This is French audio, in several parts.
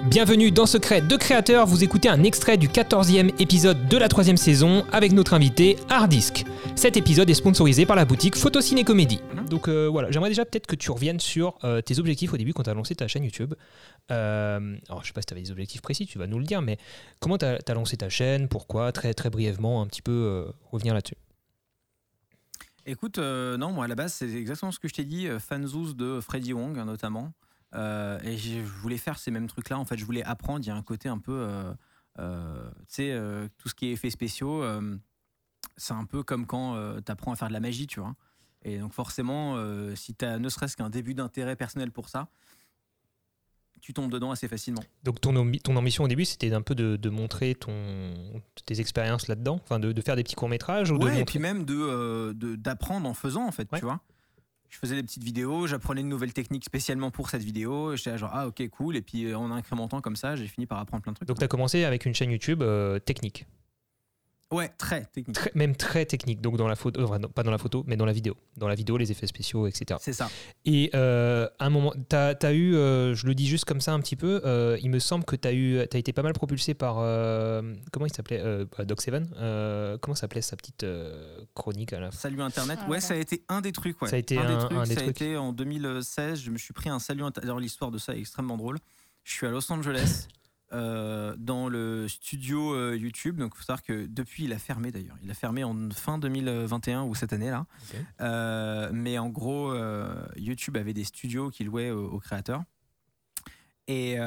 Bienvenue dans Secret de Créateur, vous écoutez un extrait du 14e épisode de la 3e saison avec notre invité Hardisk. Cet épisode est sponsorisé par la boutique Photociné Comédie. Donc voilà, j'aimerais déjà peut-être que tu reviennes sur tes objectifs au début quand tu as lancé ta chaîne YouTube. Alors je sais pas si tu avais des objectifs précis, tu vas nous le dire, mais comment tu as lancé ta chaîne, pourquoi, très brièvement, un petit peu revenir là-dessus. Écoute, non, moi à la base c'est exactement ce que je t'ai dit, fanzouz de Freddy Wong notamment. Et je voulais faire ces mêmes trucs là, en fait je voulais apprendre, il y a un côté un peu tu sais, tout ce qui est effets spéciaux, c'est un peu comme quand tu apprends à faire de la magie, tu vois, et donc forcément si tu as ne serait-ce qu'un début d'intérêt personnel pour ça, tu tombes dedans assez facilement. Donc ton ambition au début c'était un peu de montrer tes expériences là-dedans, enfin de faire des petits courts-métrages, ou ouais, de montrer... et puis même d'apprendre en faisant, en fait, ouais. Tu vois, je faisais des petites vidéos, j'apprenais une nouvelle technique spécialement pour cette vidéo, j'étais genre ah ok cool, et puis en incrémentant comme ça j'ai fini par apprendre plein de trucs. Donc tu as commencé avec une chaîne YouTube technique. Ouais, très technique. Même très technique, donc dans la photo, pas dans la photo, mais dans la vidéo. Dans la vidéo, les effets spéciaux, etc. C'est ça. Et à un moment, t'as eu, je le dis juste comme ça un petit peu, il me semble que t'as été pas mal propulsé par, comment il s'appelait, Doc7, comment s'appelait sa petite chronique à la fin. Salut Internet, ouais, ça a été un des trucs, ouais. Ça a été un des trucs. Été en 2016, je me suis pris un Salut Internet, alors l'histoire de ça est extrêmement drôle. Je suis à Los Angeles. Dans le studio YouTube, donc il faut savoir que depuis il a fermé d'ailleurs, il a fermé en fin 2021 ou cette année là, okay. Mais en gros YouTube avait des studios qui louaient aux créateurs et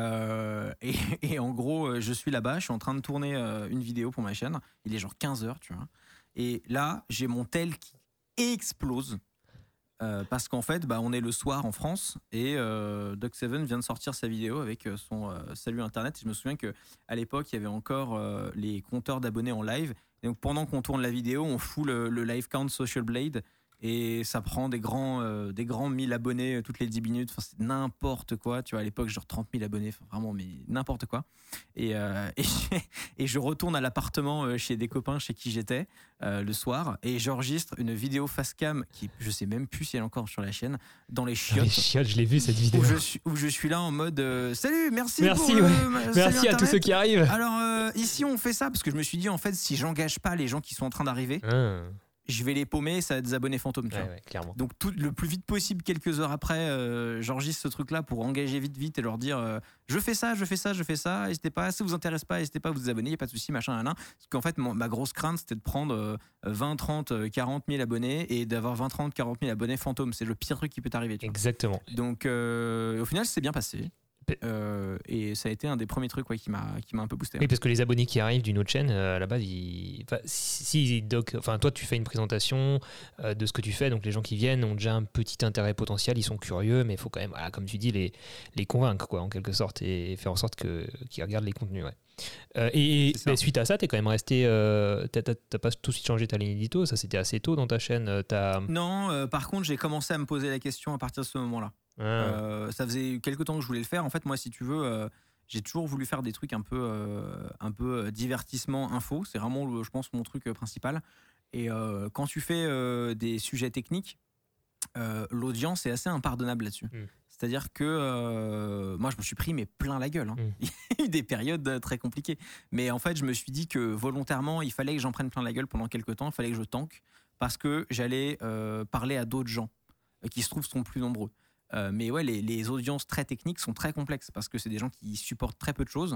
en gros je suis là-bas, je suis en train de tourner une vidéo pour ma chaîne, il est genre 15h tu vois, et là j'ai mon tel qui explose. Parce qu'en fait, on est le soir en France et Doc7 vient de sortir sa vidéo avec son Salut Internet. Je me souviens qu'à l'époque, il y avait encore les compteurs d'abonnés en live. Et donc, pendant qu'on tourne la vidéo, on fout le live count Social Blade et ça prend des grands 1000 abonnés toutes les 10 minutes. Enfin, c'est n'importe quoi. Tu vois, à l'époque, genre 30 000 abonnés. Enfin, vraiment, mais n'importe quoi. Et je retourne à l'appartement chez des copains chez qui j'étais le soir et j'enregistre une vidéo face cam qui, je sais même plus si elle est encore sur la chaîne, dans les chiottes. Les chiottes, je l'ai vu cette vidéo. Où je suis là en mode salut, merci pour merci à tous ceux qui arrivent. Alors ici on fait ça parce que je me suis dit en fait si j'engage pas les gens qui sont en train d'arriver, je vais les paumer, ça va être des abonnés fantômes. Tu vois. Ouais, clairement. Donc le plus vite possible, quelques heures après, j'enregistre ce truc-là pour engager vite et leur dire je fais ça, n'hésitez pas, si ça vous intéresse pas, n'hésitez pas à vous abonner, il n'y a pas de souci, machin. Parce qu'en fait, ma grosse crainte, c'était de prendre 20, 30, 40 000 abonnés et d'avoir 20, 30, 40 000 abonnés fantômes. C'est le pire truc qui peut t'arriver. Exactement. Donc au final, c'est bien passé. Et ça a été un des premiers trucs qui m'a un peu boosté. Oui, parce que les abonnés qui arrivent d'une autre chaîne, à la base, toi tu fais une présentation de ce que tu fais, donc les gens qui viennent ont déjà un petit intérêt potentiel, ils sont curieux, mais il faut quand même, comme tu dis, les convaincre quoi, en quelque sorte, et faire en sorte qu'ils regardent les contenus. Ouais. Et suite à ça, t'es quand même resté, t'as pas tout de suite changé ta ligne édito, ça c'était assez tôt dans ta chaîne. Non, par contre j'ai commencé à me poser la question à partir de ce moment-là. Ça faisait quelques temps que je voulais le faire. En fait, moi, si tu veux, j'ai toujours voulu faire des trucs un peu divertissement, info. C'est vraiment, je pense, mon truc principal. Et quand tu fais des sujets techniques, l'audience est assez impardonnable là-dessus. C'est-à-dire que moi, je me suis pris plein la gueule. Il y a eu des périodes très compliquées. Mais en fait, je me suis dit que volontairement, il fallait que j'en prenne plein la gueule pendant quelques temps. Il fallait que je tanque parce que j'allais parler à d'autres gens qui se trouvent sont plus nombreux. Mais ouais, les audiences très techniques sont très complexes parce que c'est des gens qui supportent très peu de choses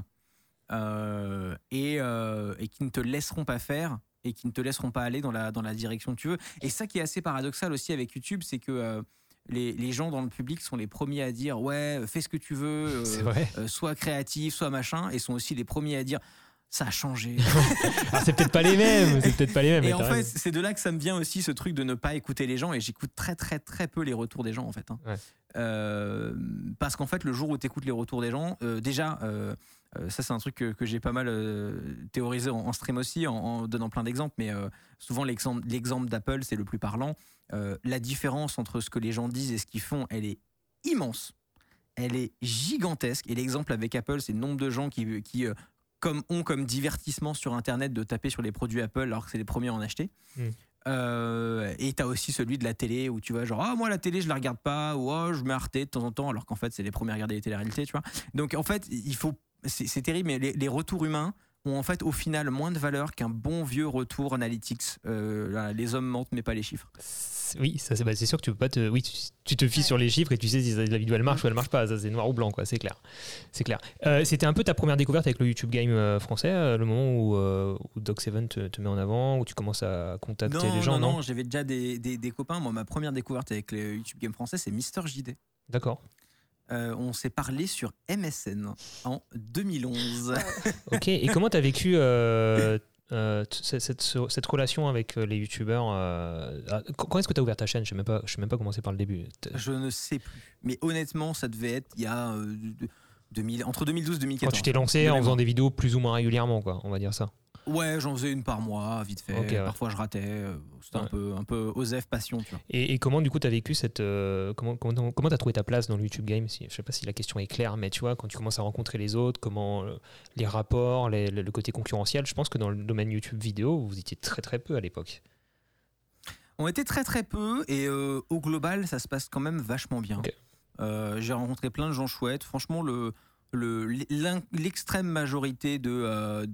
et qui ne te laisseront pas faire et qui ne te laisseront pas aller dans la direction que tu veux. Et ça qui est assez paradoxal aussi avec YouTube, c'est que les gens dans le public sont les premiers à dire ouais, fais ce que tu veux, sois créatif, sois machin, et sont aussi les premiers à dire ça a changé. Alors, c'est peut-être pas les mêmes. Et en fait, c'est de là que ça me vient aussi ce truc de ne pas écouter les gens, et j'écoute très très très peu les retours des gens en fait. Parce qu'en fait, le jour où tu écoutes les retours des gens, ça c'est un truc que j'ai pas mal théorisé en stream aussi, en donnant plein d'exemples, mais souvent l'exemple d'Apple c'est le plus parlant. La différence entre ce que les gens disent et ce qu'ils font, elle est immense, elle est gigantesque. Et l'exemple avec Apple, c'est le nombre de gens qui ont comme divertissement sur internet de taper sur les produits Apple alors que c'est les premiers à en acheter. Et t'as aussi celui de la télé où tu vois genre moi la télé je la regarde pas ou je mets Arte de temps en temps alors qu'en fait c'est les premiers à regarder les télé-réalités, tu vois. Donc en fait c'est terrible, mais les retours humains ont en fait au final moins de valeur qu'un bon vieux retour analytics. Les hommes mentent mais pas les chiffres. Oui, ça c'est sûr que tu peux pas tu te fies sur les chiffres et tu sais si la vidéo elle marche ou elle marche pas. Ça c'est noir ou blanc, quoi. C'est clair. C'était un peu ta première découverte avec le YouTube Game français, le moment où Doc7 te met en avant, où tu commences à contacter les gens. Non, j'avais déjà des copains. Moi, ma première découverte avec le YouTube Game français, c'est Mister JD. D'accord. On s'est parlé sur MSN en 2011. Ok. Et comment t'as vécu cette relation avec les youtubeurs quand est-ce que tu as ouvert ta chaîne? Je ne sais même pas commencer par le début. Je ne sais plus. Mais honnêtement, ça devait être il y a entre 2012 et 2014. Quand tu t'es lancé en faisant des vidéos plus ou moins régulièrement, quoi, on va dire ça. Ouais, j'en faisais une par mois, vite fait. Okay, Parfois, je ratais. C'était un peu osef, passion. Tu vois. Et comment, du coup, tu as vécu comment tu as trouvé ta place dans le YouTube Game? Je ne sais pas si la question est claire, mais tu vois, quand tu commences à rencontrer les autres, comment les rapports, le côté concurrentiel, je pense que dans le domaine YouTube vidéo, vous étiez très très peu à l'époque. On était très très peu et au global, ça se passe quand même vachement bien. Okay. J'ai rencontré plein de gens chouettes. Franchement, l'extrême majorité de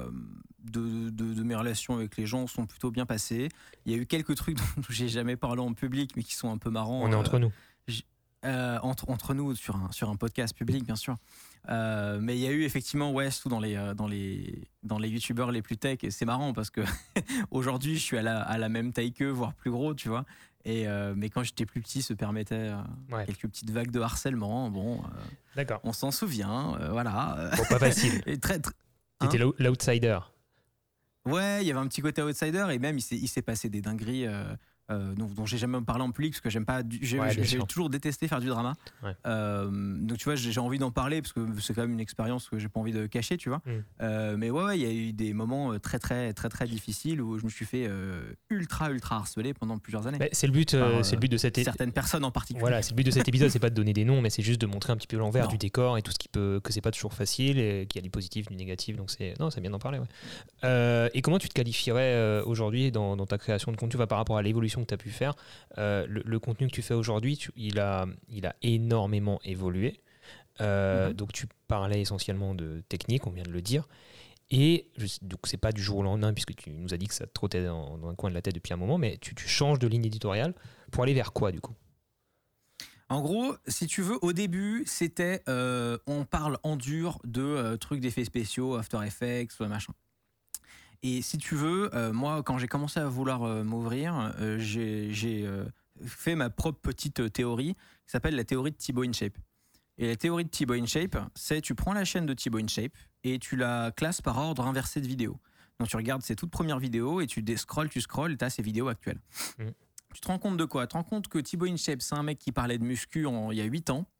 mes relations avec les gens sont plutôt bien passées. Il y a eu quelques trucs dont j'ai jamais parlé en public, mais qui sont un peu marrants. On est entre nous. Entre nous, sur un podcast public, bien sûr. Mais il y a eu effectivement, surtout dans les youtubeurs les plus tech, et c'est marrant parce que aujourd'hui, je suis à la même taille qu'eux, voire plus gros, tu vois. Mais quand j'étais plus petit, se permettait quelques petites vagues de harcèlement. Bon, d'accord. On s'en souvient, voilà. Bon, pas facile. T'étais l'outsider. Ouais, il y avait un petit côté outsider et même il s'est passé des dingueries dont j'ai jamais parlé en public parce que j'aime pas. J'ai toujours détesté faire du drama. Ouais. Donc tu vois, j'ai envie d'en parler parce que c'est quand même une expérience que j'ai pas envie de cacher, tu vois. Mais ouais, il y a eu des moments très très très très difficiles où je me suis fait ultra harcelé pendant plusieurs années. C'est le but de certaines personnes en particulier. Voilà, c'est le but de cet épisode, c'est pas de donner des noms, mais c'est juste de montrer un petit peu l'envers du décor et tout ce que c'est pas toujours facile et qu'il y a du positif, du négatif. Donc c'est bien d'en parler. Ouais. Et comment tu te qualifierais aujourd'hui dans ta création de contenu par rapport à l'évolution que tu as pu faire? Le contenu que tu fais aujourd'hui, il a énormément évolué. Donc tu parlais essentiellement de technique, on vient de le dire. Et donc c'est pas du jour au lendemain, puisque tu nous as dit que ça te trottait dans un coin de la tête depuis un moment, mais tu changes de ligne éditoriale pour aller vers quoi du coup? En gros, si tu veux, au début, c'était on parle en dur de trucs d'effets spéciaux, After Effects, machin. Et si tu veux, moi, quand j'ai commencé à vouloir m'ouvrir, j'ai fait ma propre petite théorie qui s'appelle la théorie de Thibaut InShape. Et la théorie de Thibaut InShape, c'est tu prends la chaîne de Thibaut InShape et tu la classes par ordre inversé de vidéos. Donc tu regardes ses toutes premières vidéos et tu scrolles et tu as ses vidéos actuelles. Tu te rends compte de quoi? Tu te rends compte que Thibaut InShape, c'est un mec qui parlait de muscu il y a 8 ans,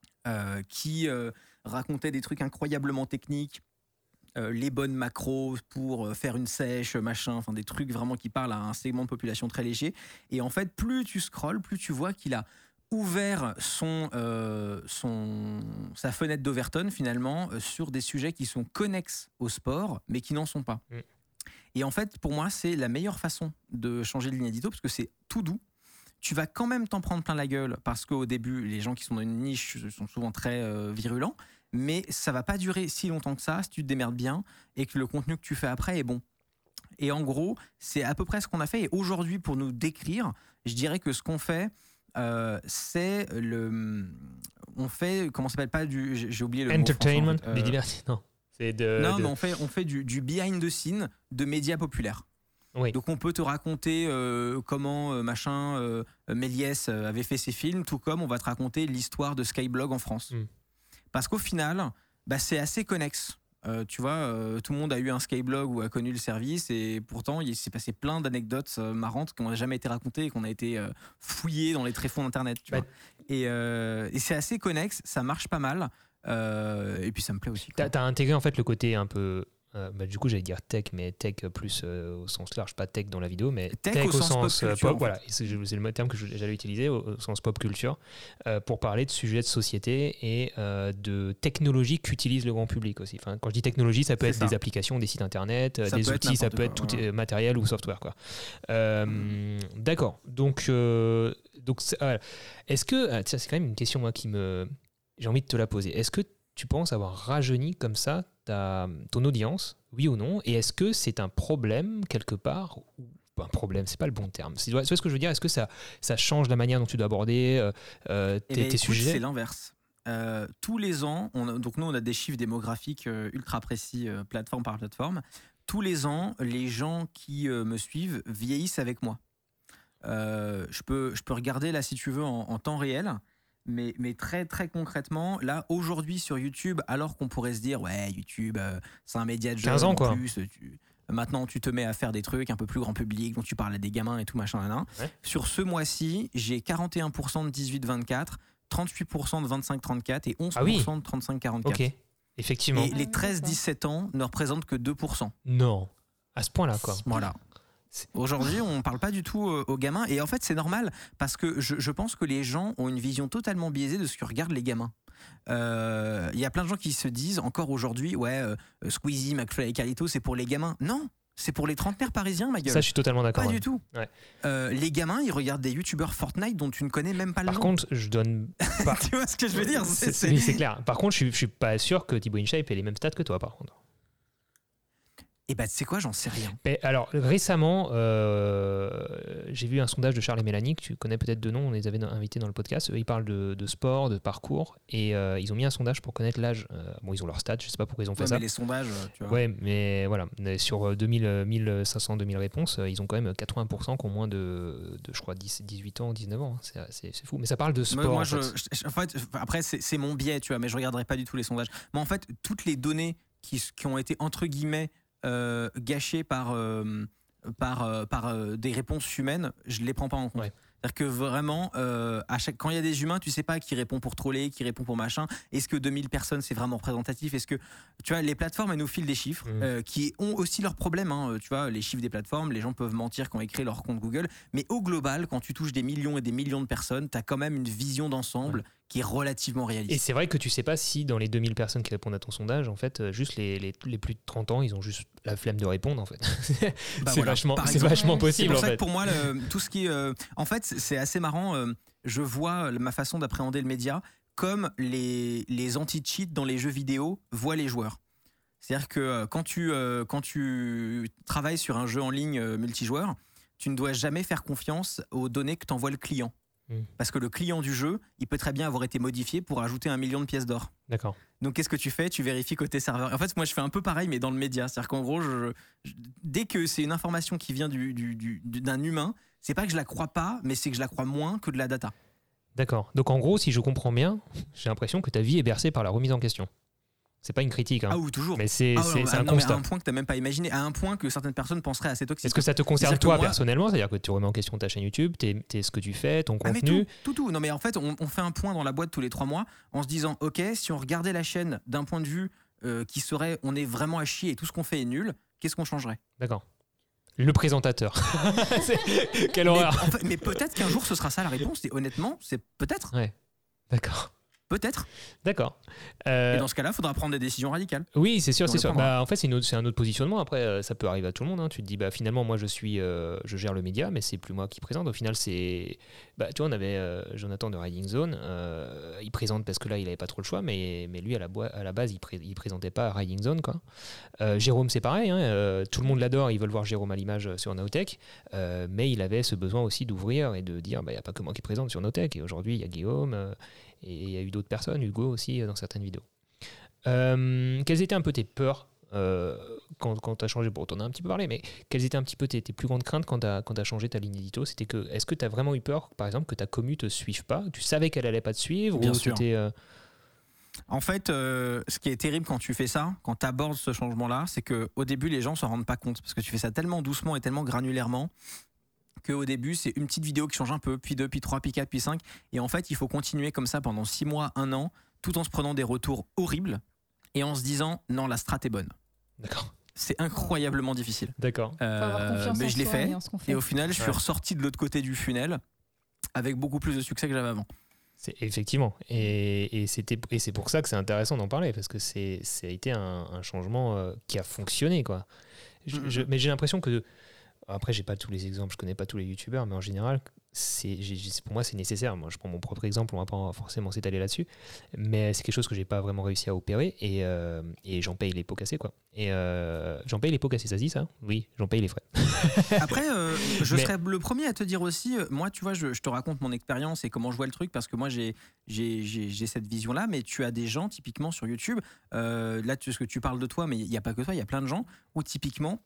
qui racontait des trucs incroyablement techniques, les bonnes macros pour faire une sèche, machin, enfin des trucs vraiment qui parlent à un segment de population très léger. Et en fait, plus tu scrolles, plus tu vois qu'il a ouvert sa fenêtre d'Overton finalement sur des sujets qui sont connexes au sport, mais qui n'en sont pas. Et en fait, pour moi, c'est la meilleure façon de changer de ligne édito parce que c'est tout doux. Tu vas quand même t'en prendre plein la gueule parce qu'au début, les gens qui sont dans une niche sont souvent très virulents, mais ça va pas durer si longtemps que ça si tu te démerdes bien et que le contenu que tu fais après est bon. Et en gros, c'est à peu près ce qu'on a fait. Et aujourd'hui, pour nous décrire, je dirais que ce qu'on fait, c'est on fait, comment ça s'appelle, pas du, j'ai oublié le entertainment, mot français, en fait. du divertissement. Mais on fait du behind the scene de médias populaires. Oui. Donc on peut te raconter comment Méliès avait fait ses films, tout comme on va te raconter l'histoire de Skyblog en France. Parce qu'au final, c'est assez connexe. Tu vois, tout le monde a eu un Skyblog ou a connu le service et pourtant il s'est passé plein d'anecdotes marrantes qui n'ont jamais été racontées et qu'on a été fouillées dans les tréfonds d'internet. Tu vois. Et c'est assez connexe, ça marche pas mal. Et puis ça me plaît aussi. T'as intégré en fait le côté un peu Du coup, j'allais dire tech, mais tech plus au sens large, pas tech dans la vidéo, mais tech au sens pop culture, pop. Voilà, c'est le terme que j'allais utiliser au sens pop culture pour parler de sujets de société et de technologie qu'utilise le grand public aussi. Enfin, quand je dis technologie, ça peut être des applications, des sites internet, des outils, ça peut être tout matériel ou software, quoi. D'accord. Donc voilà. Est-ce que c'est quand même une question moi j'ai envie de te la poser. Est-ce que tu penses avoir rajeuni comme ça ton audience, oui ou non? Et est-ce que c'est un problème quelque part? Un problème, c'est pas le bon terme. Tu vois ce que je veux dire? Est-ce que ça change la manière dont tu dois aborder tes sujets? C'est l'inverse. Tous les ans, donc nous on a des chiffres démographiques ultra précis, plateforme par plateforme. Tous les ans, les gens qui me suivent vieillissent avec moi. Je peux regarder là si tu veux en temps réel. Mais très très concrètement, là aujourd'hui sur YouTube, alors qu'on pourrait se dire ouais YouTube c'est un média de jeunes 15 ans, en plus, maintenant tu te mets à faire des trucs un peu plus grand public, donc tu parles à des gamins et tout machin. Ouais. Sur ce mois-ci, j'ai 41% de 18-24, 38% de 25-34 et 11% de 35-44. Ok, effectivement. Et les 13-17 ans ne représentent que 2%. Non, à ce point-là quoi. Voilà. Aujourd'hui, on ne parle pas du tout aux gamins. Et en fait, c'est normal parce que je pense que les gens ont une vision totalement biaisée de ce que regardent les gamins. Y a plein de gens qui se disent encore aujourd'hui, Squeezie, McFly et Carlito, c'est pour les gamins. Non, c'est pour les trentenaires parisiens, ma gueule. Ça, je suis totalement d'accord. Pas du tout. Ouais. Les gamins, ils regardent des youtubeurs Fortnite dont tu ne connais même pas le nom. Par contre, je donne pas. Tu vois ce que je veux dire? Oui, c'est clair. Par contre, je suis pas sûr que Thibaut InShape ait les mêmes stats que toi, par contre. Et tu sais quoi, j'en sais rien. Mais alors, récemment, j'ai vu un sondage de Charles et Mélanie, que tu connais peut-être de nom, on les avait invités dans le podcast. Ils parlent de sport, de parcours, et ils ont mis un sondage pour connaître l'âge. Ils ont leur stats, je sais pas pourquoi ils ont fait ça. Mais les sondages, tu vois. Ouais, mais voilà, sur 1500, 2000 réponses, ils ont quand même 80% qui ont moins de je crois, 18 ans, 19 ans. C'est fou. Mais ça parle de sport. Moi, en fait, après, c'est mon biais, tu vois, mais je regarderai pas du tout les sondages. Mais en fait, toutes les données qui ont été, entre guillemets, gâchés par des réponses humaines, je les prends pas en compte. Ouais. C'est-à-dire que vraiment, quand il y a des humains, tu sais pas qui répond pour troller, qui répond pour machin. Est-ce que 2000 personnes, c'est vraiment représentatif? Est-ce que, tu vois, les plateformes, elles nous filent des chiffres qui ont aussi leurs problèmes. Tu vois, les chiffres des plateformes, les gens peuvent mentir quand ils créent leur compte Google. Mais au global, quand tu touches des millions et des millions de personnes, tu as quand même une vision d'ensemble qui est relativement réaliste. Et c'est vrai que tu sais pas si dans les 2000 personnes qui répondent à ton sondage, en fait, juste les plus de 30 ans, ils ont juste la flemme de répondre, en fait. C'est vachement possible. C'est pour ça que pour moi, tout ce qui en fait, c'est assez marrant. Je vois ma façon d'appréhender le média comme les anti-cheats dans les jeux vidéo voient les joueurs. C'est-à-dire que quand tu travailles sur un jeu en ligne multijoueur, tu ne dois jamais faire confiance aux données que t'envoie le client. Parce que le client du jeu, il peut très bien avoir été modifié pour ajouter 1 million de pièces d'or. D'accord. Donc qu'est-ce que tu fais? Tu vérifies côté serveur. En fait, moi je fais un peu pareil, mais dans le média. C'est-à-dire qu'en gros, dès que c'est une information qui vient d'un humain, c'est pas que je la crois pas, mais c'est que je la crois moins que de la data. D'accord. Donc en gros, si je comprends bien, j'ai l'impression que ta vie est bercée par la remise en question. C'est pas une critique. Hein. Ah oui, toujours. Mais c'est un constat. Mais à un point que tu n'as même pas imaginé, à un point que certaines personnes penseraient assez toxique. Est-ce que ça te concerne toi personnellement? C'est-à-dire que tu remets en question ta chaîne YouTube, ce que tu fais, ton contenu? Tout. Non mais en fait, on fait un point dans la boîte tous les 3 mois en se disant, ok, si on regardait la chaîne d'un point de vue qui serait, on est vraiment à chier et tout ce qu'on fait est nul, qu'est-ce qu'on changerait? D'accord. Le présentateur. Quelle horreur. Mais peut-être qu'un jour ce sera ça la réponse. Et honnêtement, c'est peut-être. Ouais. D'accord. Peut-être. D'accord. Et dans ce cas-là, il faudra prendre des décisions radicales. Oui, c'est sûr. En fait, c'est un autre positionnement. Après, ça peut arriver à tout le monde. Hein. Tu te dis, finalement, moi, je gère le média, mais c'est plus moi qui présente. Au final, c'est... tu vois, on avait Jonathan de Riding Zone. Il présente parce que là, il n'avait pas trop le choix, mais lui, à la base, il présentait pas Riding Zone, quoi. Jérôme, c'est pareil. Hein. Tout le monde l'adore. Ils veulent voir Jérôme à l'image sur Nowtech. Mais il avait ce besoin aussi d'ouvrir et de dire, il n'y a pas que moi qui présente sur Nowtech. Et aujourd'hui, il y a Guillaume... Et il y a eu d'autres personnes, Hugo aussi, dans certaines vidéos. Quelles étaient un peu tes peurs quand tu as changé? Bon, t'en as un petit peu parlé, mais quelles étaient un petit peu tes plus grandes craintes quand tu as changé ta ligne édito? Est-ce que tu as vraiment eu peur, par exemple, que ta commu te suive pas? Tu savais qu'elle allait pas te suivre? Bien sûr. En fait, ce qui est terrible quand tu fais ça, quand tu abordes ce changement-là, c'est qu'au début, les gens s'en rendent pas compte. Parce que tu fais ça tellement doucement et tellement granulairement qu'au début, c'est une petite vidéo qui change un peu, puis 2, puis 3, puis 4, puis 5. Et en fait, il faut continuer comme ça pendant 6 mois, 1 an, tout en se prenant des retours horribles et en se disant, non, la strat est bonne. D'accord. C'est incroyablement difficile. D'accord. Faut avoir confiance Mais en je l'ai soi fait. et en ce qu'on fait. Et au final, je suis ressorti de l'autre côté du funnel avec beaucoup plus de succès que j'avais avant. Effectivement. Et c'est pour ça que c'est intéressant d'en parler, parce que ça a été un changement qui a fonctionné, quoi. Mais j'ai l'impression que... Après, j'ai pas tous les exemples, je connais pas tous les youtubeurs, mais en général, pour moi, c'est nécessaire. Moi, je prends mon propre exemple, on va pas forcément s'étaler là-dessus, mais c'est quelque chose que j'ai pas vraiment réussi à opérer, et j'en paye les pots cassés, quoi. Et j'en paye les pots cassés, ça se dit ça ? Oui, j'en paye les frais. Après, je serais le premier à te dire aussi, moi, tu vois, je te raconte mon expérience et comment je vois le truc, parce que moi, j'ai cette vision-là, mais tu as des gens, typiquement, sur YouTube, là, ce que tu parles de toi, mais il n'y a pas que toi, il y a plein de gens où, typiquement,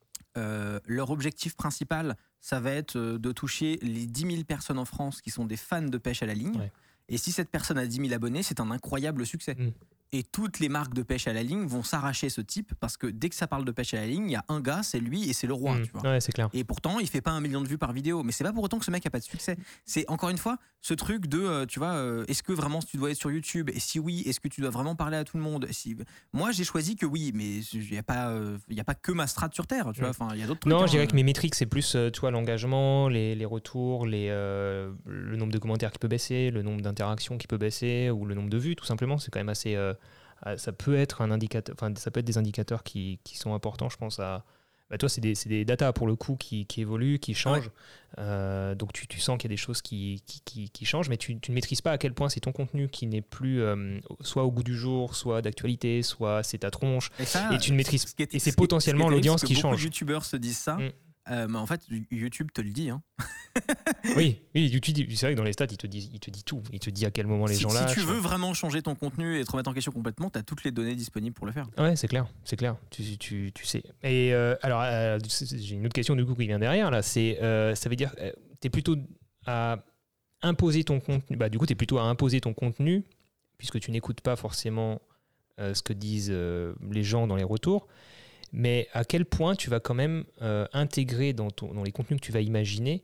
leur objectif principal, ça va être de toucher les 10 000 personnes en France qui sont des fans de pêche à la ligne. Ouais. Et si cette personne a 10 000 abonnés, c'est un incroyable succès. Et toutes les marques de pêche à la ligne vont s'arracher ce type, parce que dès que ça parle de pêche à la ligne, il y a un gars, c'est lui et c'est le roi. Tu vois. Ouais, c'est clair. Et pourtant, il fait pas 1 million de vues par vidéo. Mais c'est pas pour autant que ce mec a pas de succès. C'est encore une fois ce truc de, tu vois, est-ce que vraiment tu dois être sur YouTube ? Et si oui, est-ce que tu dois vraiment parler à tout le monde ? Moi, j'ai choisi que oui, mais il y a pas que ma strat sur Terre. Tu vois, enfin, il y a d'autres trucs. Non, je dirais que mes métriques, c'est plus, tu vois, l'engagement, les retours, le nombre de commentaires qui peut baisser, le nombre d'interactions qui peut baisser, ou le nombre de vues, tout simplement. C'est quand même assez... ça peut être un indicateur, enfin, ça peut être des indicateurs qui sont importants, je pense. Toi, c'est des datas pour le coup qui évoluent, qui changent. Ouais. Donc tu sens qu'il y a des choses qui changent, mais tu ne maîtrises pas à quel point c'est ton contenu qui n'est plus soit au goût du jour, soit d'actualité, soit c'est ta tronche. Et tu ne maîtrises. Et c'est potentiellement l'audience qui change. Beaucoup de youtubeurs se disent ça. Mais en fait, YouTube te le dit. Hein. oui, YouTube, c'est vrai que dans les stats, il te dit tout. Il te dit à quel moment les gens lâchent. Si tu veux vraiment changer ton contenu et te remettre en question complètement, tu as toutes les données disponibles pour le faire. Ouais, c'est clair. Tu sais. Et alors, j'ai une autre question du coup qui vient derrière. Là, ça veut dire, tu es plutôt à imposer ton contenu. Du coup, tu es plutôt à imposer ton contenu, puisque tu n'écoutes pas forcément ce que disent les gens dans les retours. Mais à quel point tu vas quand même intégrer dans les contenus que tu vas imaginer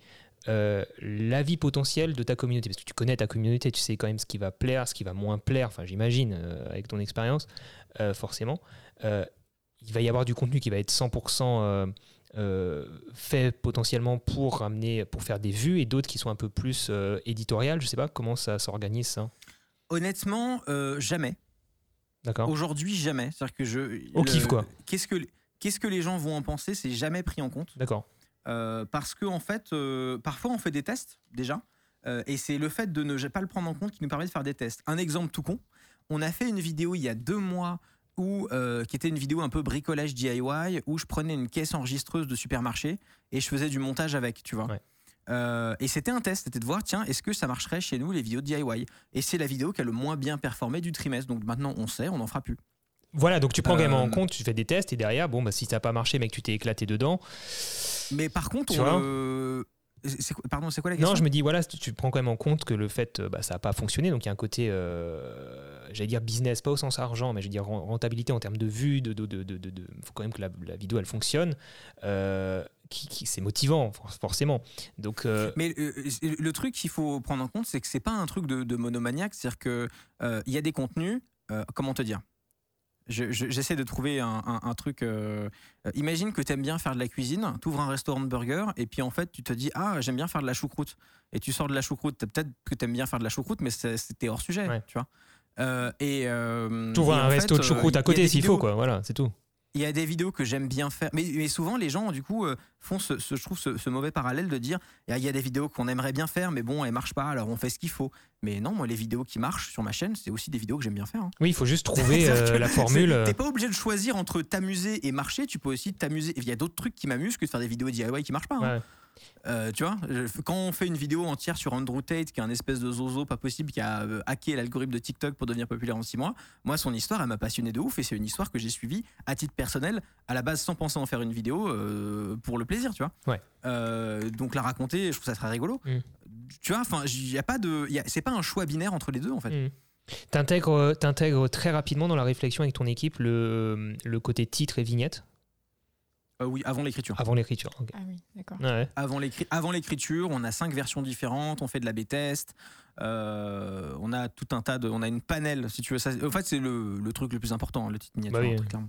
l'avis potentiel de ta communauté, parce que tu connais ta communauté, tu sais quand même ce qui va plaire, ce qui va moins plaire, enfin j'imagine avec ton expérience, forcément. Il va y avoir du contenu qui va être 100% fait potentiellement pour faire des vues, et d'autres qui sont un peu plus éditoriales. Je sais pas comment ça s'organise, ça. Honnêtement, jamais. D'accord. Aujourd'hui, jamais. C'est-à-dire que au kiff, quoi. Qu'est-ce que les gens vont en penser, c'est jamais pris en compte. D'accord. Parce que en fait, parfois on fait des tests déjà, et c'est le fait de ne pas le prendre en compte qui nous permet de faire des tests. Un exemple tout con, on a fait une vidéo il y a 2 mois qui était une vidéo un peu bricolage DIY, où je prenais une caisse enregistreuse de supermarché et je faisais du montage avec, tu vois. Ouais. Et c'était un test, c'était de voir, tiens, est-ce que ça marcherait chez nous les vidéos DIY ? Et c'est la vidéo qui a le moins bien performé du trimestre. Donc maintenant on sait, on n'en fera plus. Voilà, donc tu prends quand même en compte, tu fais des tests, et derrière, si ça n'a pas marché, mais que tu t'es éclaté dedans. Mais par contre, c'est quoi la question ? Non, je me dis, voilà, tu prends quand même en compte que le fait, ça n'a pas fonctionné, donc il y a un côté, j'allais dire business, pas au sens argent, mais je veux dire rentabilité en termes de vues, faut quand même que la vidéo elle fonctionne. C'est motivant, forcément. Donc, mais le truc qu'il faut prendre en compte, c'est que c'est pas un truc de monomaniaque, c'est-à-dire que il y a des contenus, comment te dire ? J'essaie de trouver un truc. Imagine que tu aimes bien faire de la cuisine, tu ouvres un restaurant de burger, et puis en fait tu te dis, j'aime bien faire de la choucroute, et tu sors de la choucroute. Peut-être que tu aimes bien faire de la choucroute, mais c'était hors sujet, ouais. Tu vois. Tu ouvres un resto de choucroute à côté s'il faut, quoi. Voilà, c'est tout. Il y a des vidéos que j'aime bien faire, mais souvent les gens du coup font je trouve ce mauvais parallèle de dire il y a des vidéos qu'on aimerait bien faire, mais bon elles marchent pas, alors on fait ce qu'il faut. Mais non, moi les vidéos qui marchent sur ma chaîne, c'est aussi des vidéos que j'aime bien faire. Hein. Oui, il faut juste trouver la formule. T'es pas obligé de choisir entre t'amuser et marcher, tu peux aussi t'amuser. Il y a d'autres trucs qui m'amusent que de faire des vidéos DIY qui marchent pas. Hein. Ouais. Tu vois, quand on fait une vidéo entière sur Andrew Tate, qui est un espèce de zozo pas possible, qui a hacké l'algorithme de TikTok pour devenir populaire en 6 mois, moi son histoire elle m'a passionné de ouf, et c'est une histoire que j'ai suivie à titre personnel, à la base sans penser en faire une vidéo pour le plaisir, tu vois. Ouais. Donc la raconter, je trouve ça très rigolo. Tu vois, enfin, c'est pas un choix binaire entre les deux en fait. T'intègres très rapidement dans la réflexion avec ton équipe le côté titre et vignette. Oui, avant l'écriture. Avant l'écriture, ok. Ah oui, d'accord. Ouais. Avant l'écriture, on a 5 versions différentes, on fait de la B-test, on a tout un tas on a une panel, si tu veux. Ça, en fait, c'est le truc le plus important, le titre miniature, très clairement.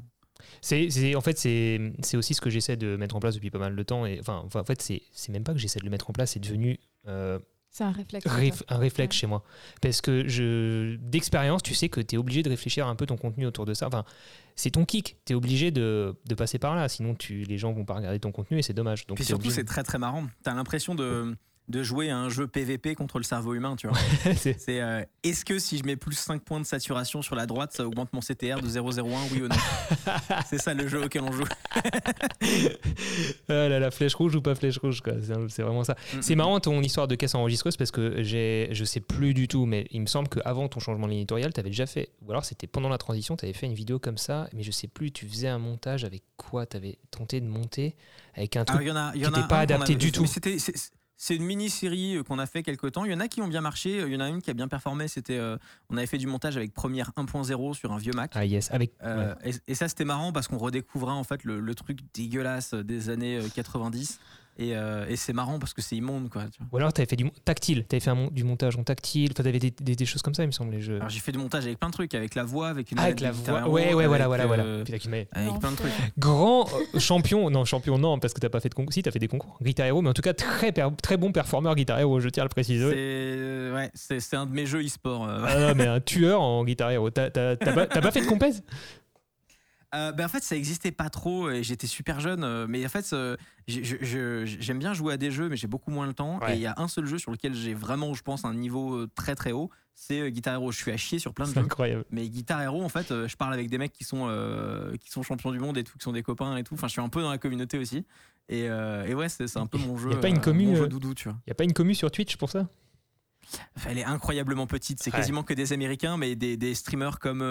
En fait, c'est aussi ce que j'essaie de mettre en place depuis pas mal de temps. Et, en fait, c'est même pas que j'essaie de le mettre en place, c'est devenu c'est un réflexe. un réflexe chez moi. Parce que d'expérience, tu sais que tu es obligé de réfléchir un peu ton contenu autour de ça. Enfin, c'est ton kick, tu es obligé de passer par là. Sinon, les gens vont pas regarder ton contenu et c'est dommage. Donc, puis surtout, c'est très très marrant. Tu as l'impression de jouer à un jeu PVP contre le cerveau humain, tu vois. Est-ce que si je mets plus 5 points de saturation sur la droite, ça augmente mon CTR de 0,01, oui ou non? C'est ça le jeu auquel on joue. Ah là là, flèche rouge ou pas flèche rouge, quoi. C'est vraiment ça. C'est marrant ton histoire de caisse enregistreuse parce que je sais plus du tout, mais il me semble qu'avant ton changement de ligne éditoriale, tu avais déjà fait, ou alors c'était pendant la transition, tu avais fait une vidéo comme ça, mais je sais plus, tu faisais un montage avec quoi? Tu avais tenté de monter avec un truc qui n'était pas adapté du tout. C'est une mini-série qu'on a fait quelques temps. Il y en a qui ont bien marché. Il y en a une qui a bien performé. On avait fait du montage avec Premiere 1.0 sur un vieux Mac. Ah yes, et ça, c'était marrant parce qu'on redécouvrait en fait le truc dégueulasse des années 90. Et c'est marrant parce que c'est immonde, quoi. Tu vois. Ou alors tu avais fait du tactile. Tu avais fait du montage en tactile. Enfin, tu avais des choses comme ça, il me semble. Alors j'ai fait du montage avec plein de trucs, avec la voix, avec une avec la voix. Ouais, voilà. Avec plein de trucs. Grand champion. Non, parce que t'as pas fait de concours. Si, t'as fait des concours. Guitar Hero, mais en tout cas, très bon performeur Guitar Hero, je tiens à le préciser. C'est un de mes jeux e-sport. Ah non, mais un tueur en Guitar Hero. T'as pas fait de compète? En fait, ça existait pas trop et j'étais super jeune. Mais en fait, j'aime bien jouer à des jeux, mais j'ai beaucoup moins le temps. Ouais. Et il y a un seul jeu sur lequel j'ai vraiment, je pense, un niveau très très haut. C'est Guitar Hero. Je suis à chier sur plein de jeux. Incroyable. Mais Guitar Hero, en fait, je parle avec des mecs qui sont champions du monde et tout, qui sont des copains et tout. Enfin, je suis un peu dans la communauté aussi. Et ouais, c'est un peu mon jeu. Il y a pas une commu, mon jeu doudou, tu vois. Il y a pas une commu sur Twitch pour ça? Elle est incroyablement petite, c'est quasiment que des Américains, mais des streamers comme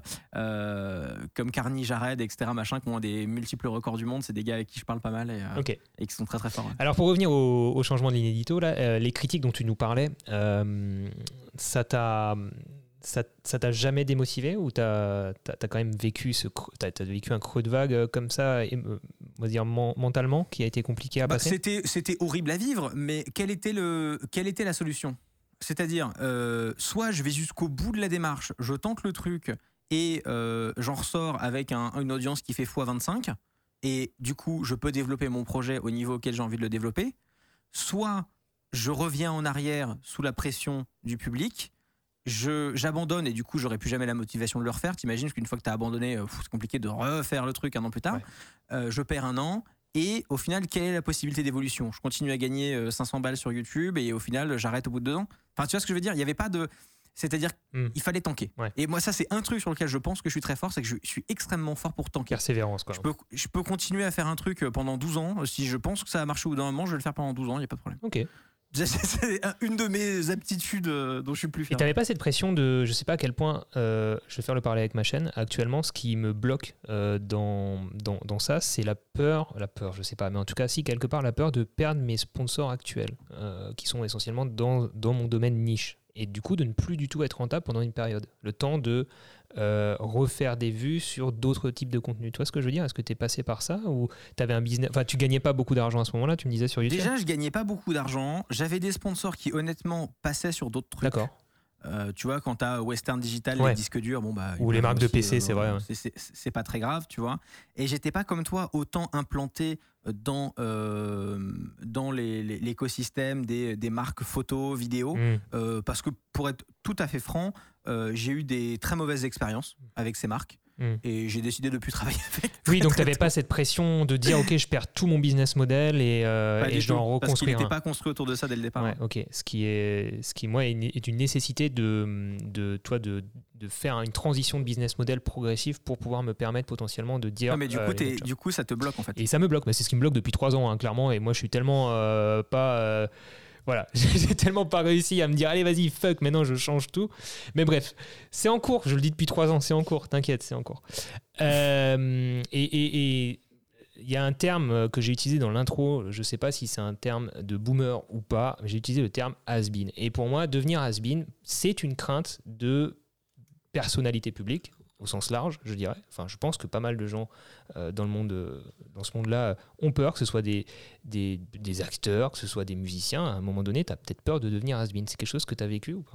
Carney Jared, etc. machin, qui ont des multiples records du monde. C'est des gars avec qui je parle pas mal et qui sont très très forts. Ouais. Alors pour revenir au changement de ligne édito, là, les critiques dont tu nous parlais, ça t'a jamais démotivé ou t'as quand même vécu t'as vécu un creux de vague comme ça, on va dire mentalement, qui a été compliqué à passer? C'était horrible à vivre, mais quelle était la solution? C'est-à-dire, soit je vais jusqu'au bout de la démarche, je tente le truc et j'en ressors avec une audience qui fait x25 et du coup, je peux développer mon projet au niveau auquel j'ai envie de le développer. Soit je reviens en arrière sous la pression du public, j'abandonne et du coup, j'aurai plus jamais la motivation de le refaire. T'imagines qu'une fois que t'as abandonné, c'est compliqué de refaire le truc un an plus tard. Ouais. Je perds un an. Et au final, quelle est la possibilité d'évolution? Je continue à gagner 500 balles sur YouTube et au final, j'arrête au bout de 2 ans. Enfin, tu vois ce que je veux dire? Il n'y avait pas de... C'est-à-dire qu'il fallait tanker. Ouais. Et moi, ça, c'est un truc sur lequel je pense que je suis très fort, c'est que je suis extrêmement fort pour tanker. Persévérance, quoi. Je peux continuer à faire un truc pendant 12 ans. Si je pense que ça a marché au bout d'un moment, je vais le faire pendant 12 ans, il n'y a pas de problème. Ok. C'est une de mes aptitudes dont je suis plus fier. Et t'avais pas cette pression de, je sais pas à quel point, je vais faire le parallèle avec ma chaîne. Actuellement, ce qui me bloque dans ça, c'est la peur, je sais pas, mais en tout cas, si quelque part, la peur de perdre mes sponsors actuels, qui sont essentiellement dans mon domaine niche. Et du coup, de ne plus du tout être rentable pendant une période. Le temps de refaire des vues sur d'autres types de contenus. Tu vois ce que je veux dire? Est-ce que tu es passé par ça ou tu avais un business? Enfin, tu gagnais pas beaucoup d'argent à ce moment-là, tu me disais sur YouTube? Déjà, je gagnais pas beaucoup d'argent. J'avais des sponsors qui, honnêtement, passaient sur d'autres trucs. D'accord. Tu vois, quand t'as Western Digital, ouais. Les disques durs, ou les marques de PC, c'est vrai. Ouais. C'est pas très grave, tu vois. Et j'étais pas comme toi autant implanté dans l'écosystème des marques photo, vidéo, parce que pour être tout à fait franc, j'ai eu des très mauvaises expériences avec ces marques. Et j'ai décidé de ne plus travailler avec. Oui, donc tu n'avais pas cette pression de dire ok, je perds tout mon business model et je dois en reconstruire. Parce qu'il n'était pas construit autour de ça dès le départ. Ouais, ok. Ce qui moi est une nécessité de faire une transition de business model progressive pour pouvoir me permettre potentiellement de dire. Non, mais du coup, ça te bloque en fait. Et ça me bloque. C'est ce qui me bloque depuis 3 ans, hein, clairement. Et moi, je suis tellement pas. Voilà, j'ai tellement pas réussi à me dire allez vas-y fuck, maintenant je change tout. Mais bref, c'est en cours, je le dis depuis 3 ans, c'est en cours, t'inquiète, c'est en cours. Et il y a un terme que j'ai utilisé dans l'intro, je sais pas si c'est un terme de boomer ou pas, mais j'ai utilisé le terme has-been. Et pour moi, devenir has-been, c'est une crainte de personnalité publique, au sens large, je dirais. Enfin, je pense que pas mal de gens dans ce monde-là ont peur, que ce soit des acteurs, que ce soit des musiciens. À un moment donné, tu as peut-être peur de devenir has-been. C'est quelque chose que tu as vécu ou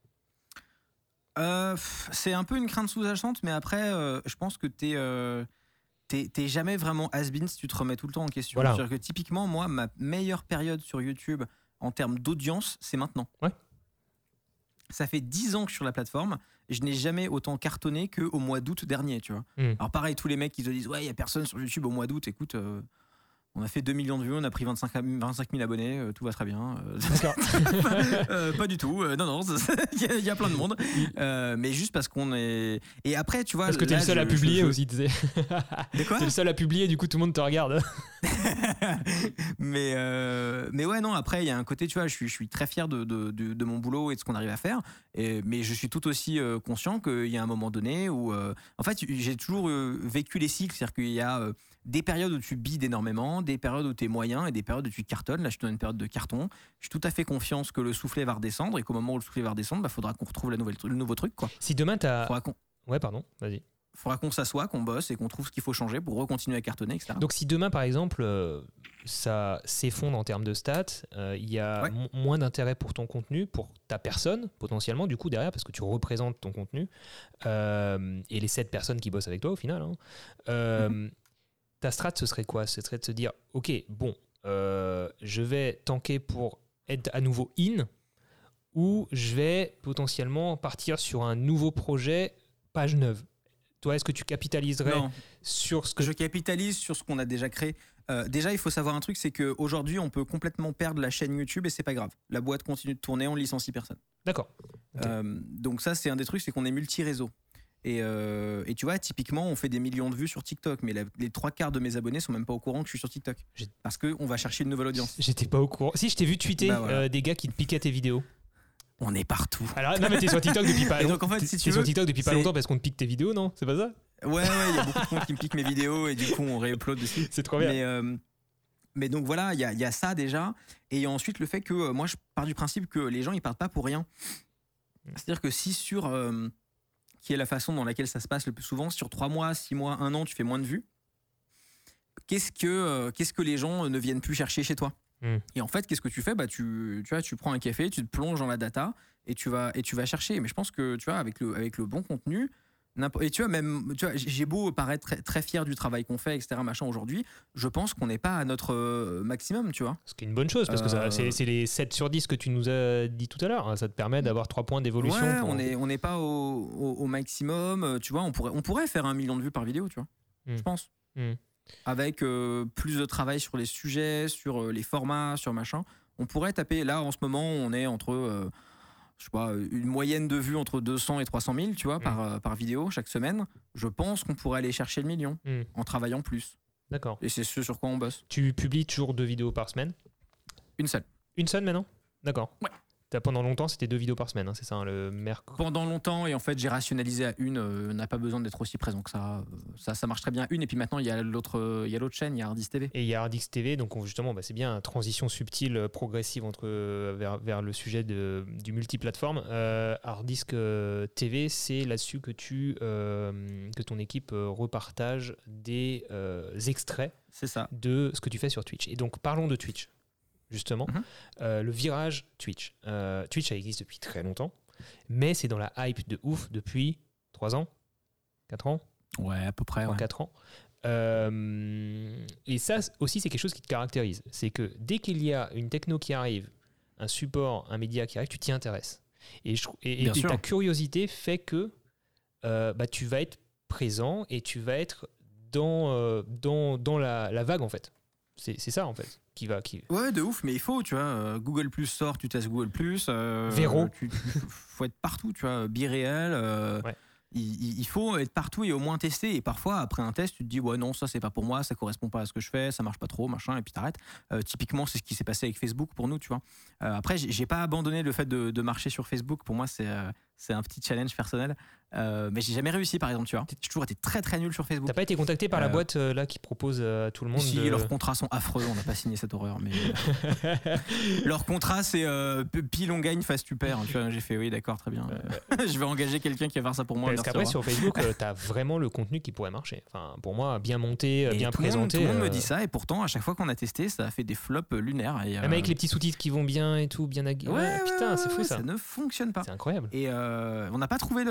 pas? C'est un peu une crainte sous-jacente, mais après, je pense que t'es jamais vraiment has-been si tu te remets tout le temps en question. Voilà. C'est-à-dire que typiquement, moi, ma meilleure période sur YouTube en termes d'audience, c'est maintenant. Ouais. Ça fait 10 ans que je suis sur la plateforme. Je n'ai jamais autant cartonné qu'au mois d'août dernier, tu vois. Alors pareil, tous les mecs qui te disent « Ouais, il n'y a personne sur YouTube au mois d'août. » Écoute, on a fait 2 millions de vues, on a pris 25 000 abonnés, tout va très bien. D'accord. Pas du tout. Non, il y a plein de monde. Mais juste parce qu'on est... Et après, tu vois... Parce que t'es le seul à publier aussi, tu sais. De quoi ? T'es le seul à publier, du coup tout le monde te regarde. mais ouais, non, après, il y a un côté, tu vois, je suis très fier de mon boulot et de ce qu'on arrive à faire. Mais je suis tout aussi conscient qu'il y a un moment donné où... en fait, j'ai toujours vécu les cycles. C'est-à-dire qu'il y a des périodes où tu bides énormément, des périodes où tu es moyen et des périodes où tu cartonnes. Là, je suis dans une période de carton. Je suis tout à fait confiance que le soufflet va redescendre et qu'au moment où le soufflet va redescendre, faudra qu'on retrouve le nouveau truc, quoi. Si demain t'as... Ouais, pardon, vas-y. Faudra qu'on s'assoie, qu'on bosse et qu'on trouve ce qu'il faut changer pour recontinuer à cartonner, etc. Donc si demain, par exemple, ça s'effondre en termes de stats, il y a moins d'intérêt pour ton contenu, pour ta personne, potentiellement, du coup, derrière, parce que tu représentes ton contenu, et les 7 personnes qui bossent avec toi, au final. Ta strat, ce serait quoi ? Ce serait de se dire, ok, bon, je vais tanker pour être à nouveau in, ou je vais potentiellement partir sur un nouveau projet, page neuve. Toi, est-ce que tu capitaliserais sur ce que... Je capitalise sur ce qu'on a déjà créé. Déjà, il faut savoir un truc, c'est qu'aujourd'hui, on peut complètement perdre la chaîne YouTube et c'est pas grave. La boîte continue de tourner, on licencie personne. D'accord. Okay. Donc ça, c'est un des trucs, c'est qu'on est multi-réseau. Et tu vois, typiquement, on fait des millions de vues sur TikTok, mais les 3/4 de mes abonnés sont même pas au courant que je suis sur TikTok. Parce qu'on va chercher une nouvelle audience. J'étais pas au courant. Si, je t'ai vu tweeter des gars qui te piquaient tes vidéos. On est partout. Alors, non, mais t'es sur TikTok depuis pas longtemps. Donc, en fait, si tu veux, sur TikTok depuis pas longtemps parce qu'on te pique tes vidéos, non ? C'est pas ça ? Ouais, il y a beaucoup de comptes qui me piquent mes vidéos et du coup, on réupload dessus. C'est trop bien. Mais donc voilà, il y a ça déjà. Et ensuite, le fait que moi, je pars du principe que les gens, ils partent pas pour rien. C'est-à-dire que si sur... qui est la façon dans laquelle ça se passe le plus souvent, sur 3 mois, 6 mois, 1 an, tu fais moins de vues, qu'est-ce que les gens ne viennent plus chercher chez toi ? Et en fait, qu'est-ce que tu fais ? Tu prends un café, tu te plonges dans la data et tu vas chercher. Mais je pense que tu vois, avec le bon contenu, et tu vois, j'ai beau paraître très, très fier du travail qu'on fait, etc. Machin aujourd'hui, je pense qu'on n'est pas à notre maximum, tu vois. Ce qui est une bonne chose parce que c'est les 7 sur 10 que tu nous as dit tout à l'heure. Ça te permet d'avoir 3 points d'évolution. Ouais, on n'est pas au maximum. Tu vois, on pourrait faire 1 million de vues par vidéo, tu vois. Je pense. Avec plus de travail sur les sujets, sur les formats, sur machin. On pourrait taper, là en ce moment on est entre je sais pas, une moyenne de vues entre 200 et 300 000, tu vois, par vidéo chaque semaine. Je pense qu'on pourrait aller chercher le million en travaillant plus. D'accord. Et c'est ce sur quoi on bosse. Tu publies toujours 2 vidéos par semaine ? Une seule. Une seule maintenant ? D'accord. Ouais. Pendant longtemps, c'était 2 vidéos par semaine, hein, c'est ça, le mercredi. Pendant longtemps, et en fait, j'ai rationalisé à une. On n'a pas besoin d'être aussi présent que ça. Ça marche très bien une. Et puis maintenant, il y a l'autre chaîne, il y a Hardisque TV. Et il y a Hardisque TV, donc justement, c'est bien, transition subtile, progressive vers le sujet du multiplateforme. Hardisque TV, c'est là-dessus que ton équipe repartage des extraits de ce que tu fais sur Twitch. Et donc, parlons de Twitch. Justement, le virage Twitch. Twitch, ça existe depuis très longtemps, mais c'est dans la hype de ouf depuis 3 ans, 4 ans. Ouais, à peu près. 4 ans. Et ça aussi, c'est quelque chose qui te caractérise. C'est que dès qu'il y a une techno qui arrive, un support, un média qui arrive, tu t'y intéresses. Et ta curiosité fait que tu vas être présent et tu vas être dans la vague, en fait. C'est ça, en fait. Ouais, de ouf, mais il faut, tu vois, Google Plus sort, tu testes Google Plus. Véro. Faut être partout, tu vois, Biréel. Il faut être partout et au moins tester. Et parfois, après un test, tu te dis, ouais, non, ça, c'est pas pour moi, ça correspond pas à ce que je fais, ça marche pas trop, machin, et puis t'arrêtes. Typiquement, c'est ce qui s'est passé avec Facebook pour nous, tu vois. Après, j'ai pas abandonné le fait de marcher sur Facebook. Pour moi, c'est un petit challenge personnel. Mais j'ai jamais réussi, par exemple, tu vois. J'ai toujours été très très nul sur Facebook. T'as pas été contacté par la boîte là qui propose à tout le monde Si, leurs contrats sont affreux, on n'a pas signé cette horreur. Mais leur contrat, c'est pile on gagne, face tu perds. Tu vois, j'ai fait oui, d'accord, très bien. Je vais engager quelqu'un qui va faire ça pour moi. Parce qu'après, sur Facebook, t'as vraiment le contenu qui pourrait marcher. Enfin, pour moi, bien monté, bien présenté. Tout le monde me dit ça, et pourtant, à chaque fois qu'on a testé, ça a fait des flops lunaires. Et, même avec les petits sous-titres qui vont bien et tout, bien putain, c'est fou ça. Ça ne fonctionne pas. C'est incroyable. Et on n'a pas trouvé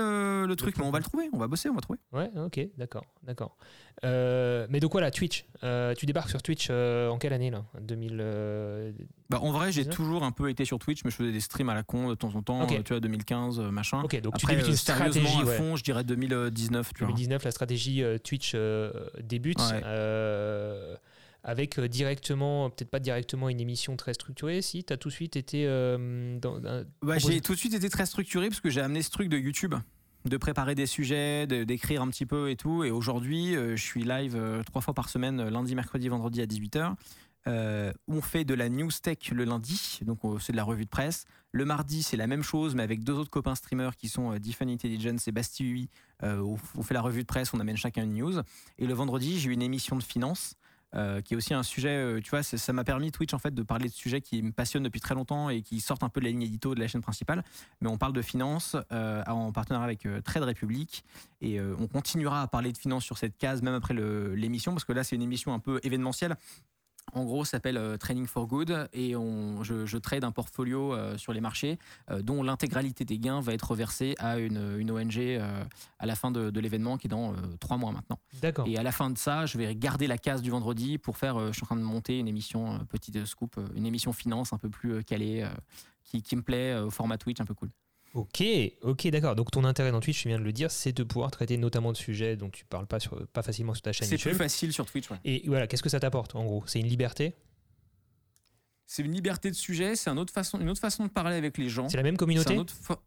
le truc, mais on va le trouver, on va bosser, on va trouver. Ouais, ok, d'accord. Mais donc voilà, Twitch. Tu débarques sur Twitch en quelle année là 2000 En vrai, j'ai 19? toujours un peu été sur Twitch, mais je faisais des streams à la con de temps en temps, Ok. Tu vois, 2015, machin. Ok, donc Après, tu débutes une sérieusement stratégie. à fond, je dirais 2019, tu vois. 2019, la stratégie Twitch débute. Ouais. Avec directement, peut-être pas directement une émission très structurée, si tu as tout de suite été J'ai tout de suite été très structuré parce que j'ai amené ce truc de YouTube, de préparer des sujets, d'écrire un petit peu et tout. Et aujourd'hui, je suis live 3 fois par semaine, lundi, mercredi, vendredi à 18h. On fait de la news tech le lundi, donc c'est de la revue de presse. Le mardi, c'est la même chose, mais avec 2 autres copains streamers qui sont Defend Intelligence et Basti UI. On fait la revue de presse, on amène chacun une news. Et le vendredi, j'ai une émission de finance. Qui est aussi un sujet, tu vois, ça m'a permis Twitch en fait de parler de sujets qui me passionnent depuis très longtemps et qui sortent un peu de la ligne édito de la chaîne principale. Mais on parle de finance en partenariat avec Trade Republic et on continuera à parler de finance sur cette case même après l'émission parce que là c'est une émission un peu événementielle. En gros, ça s'appelle Trading for Good et je trade un portfolio sur les marchés dont l'intégralité des gains va être reversée à une ONG à la fin de l'événement qui est dans 3 mois maintenant. D'accord. Et à la fin de ça, je vais garder la case du vendredi pour faire, je suis en train de monter une émission, petite scoop, une émission finance un peu plus calée qui me plaît au format Twitch un peu cool. Ok, d'accord. Donc ton intérêt dans Twitch, tu viens de le dire, c'est de pouvoir traiter notamment de sujets dont tu parles pas facilement sur ta chaîne C'est YouTube. plus facile sur Twitch, ouais. Et voilà, qu'est-ce que ça t'apporte en gros? C'est une liberté? C'est une liberté de sujet, c'est une autre façon de parler avec les gens. C'est la même communauté?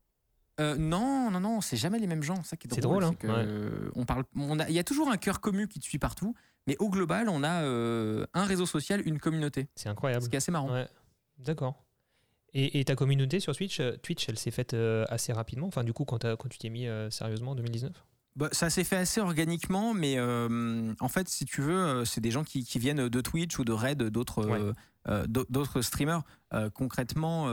Non, c'est jamais les mêmes gens. Ça qui est C'est drôle. drôle, hein. Il y a toujours un cœur commun qui te suit partout, mais au global, on a un réseau social, une communauté. C'est incroyable. Ce qui est assez marrant. Ouais, d'accord. Et ta communauté sur Twitch, elle s'est faite assez rapidement. Enfin, du coup, quand tu t'es mis sérieusement en 2019? Ça s'est fait assez organiquement, mais en fait, si tu veux, c'est des gens qui viennent de Twitch ou de Red, d'autres streamers. Concrètement,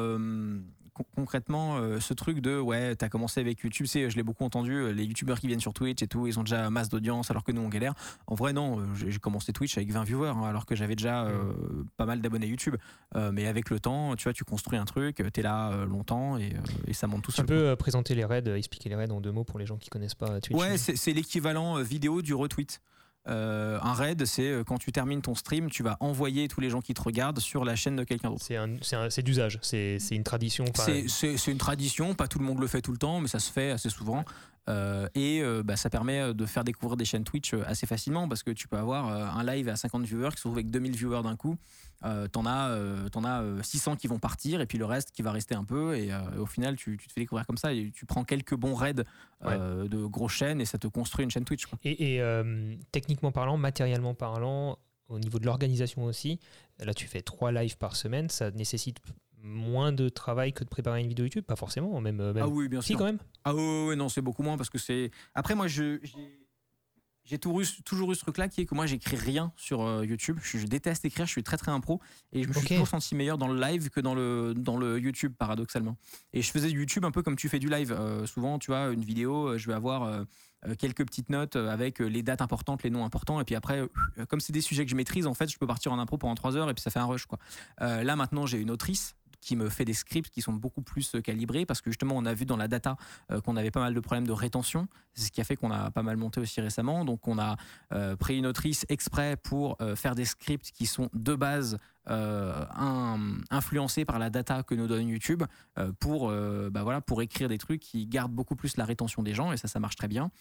ce truc de t'as commencé avec YouTube, je l'ai beaucoup entendu, les youtubeurs qui viennent sur Twitch et tout, ils ont déjà masse d'audience alors que nous on galère. En vrai non, j'ai commencé Twitch avec 20 viewers alors que j'avais déjà pas mal d'abonnés YouTube, mais avec le temps, tu vois, tu construis un truc, t'es là longtemps et ça monte tout seul. Tu peux présenter les raids, expliquer les raids en 2 mots pour les gens qui connaissent pas Twitch? Ouais, c'est l'équivalent vidéo du retweet. Un raid, c'est quand tu termines ton stream, tu vas envoyer tous les gens qui te regardent sur la chaîne de quelqu'un d'autre. C'est d'usage, c'est une tradition. C'est une tradition, pas tout le monde le fait tout le temps, mais ça se fait assez souvent. Ça permet de faire découvrir des chaînes Twitch assez facilement parce que tu peux avoir un live à 50 viewers qui se retrouve avec 2000 viewers d'un coup. T'en as 600 qui vont partir et puis le reste qui va rester un peu et au final tu te fais découvrir comme ça et tu prends quelques bons raids de grosses chaînes et ça te construit une chaîne Twitch, quoi. Et techniquement parlant, matériellement parlant, au niveau de l'organisation aussi, là tu fais 3 lives par semaine, ça nécessite moins de travail que de préparer une vidéo YouTube? Pas forcément, même Ah oui, bien sûr. quand même. Ah oui, non, c'est beaucoup moins parce que c'est... Après moi j'ai toujours eu ce truc là qui est que moi j'écris rien sur YouTube, je déteste écrire, je suis très très impro et je me suis toujours senti meilleur dans le live que dans le YouTube paradoxalement. Et je faisais du YouTube un peu comme tu fais du live, souvent tu vois une vidéo, je vais avoir quelques petites notes avec les dates importantes, les noms importants et puis après comme c'est des sujets que je maîtrise en fait je peux partir en impro pendant 3 heures et puis ça fait un rush, quoi. Là maintenant j'ai une autrice qui me fait des scripts qui sont beaucoup plus calibrés parce que justement on a vu dans la data qu'on avait pas mal de problèmes de rétention, c'est ce qui a fait qu'on a pas mal monté aussi récemment, donc on a pris une autrice exprès pour faire des scripts qui sont de base influencés par la data que nous donne YouTube pour écrire des trucs qui gardent beaucoup plus la rétention des gens et ça marche très bien.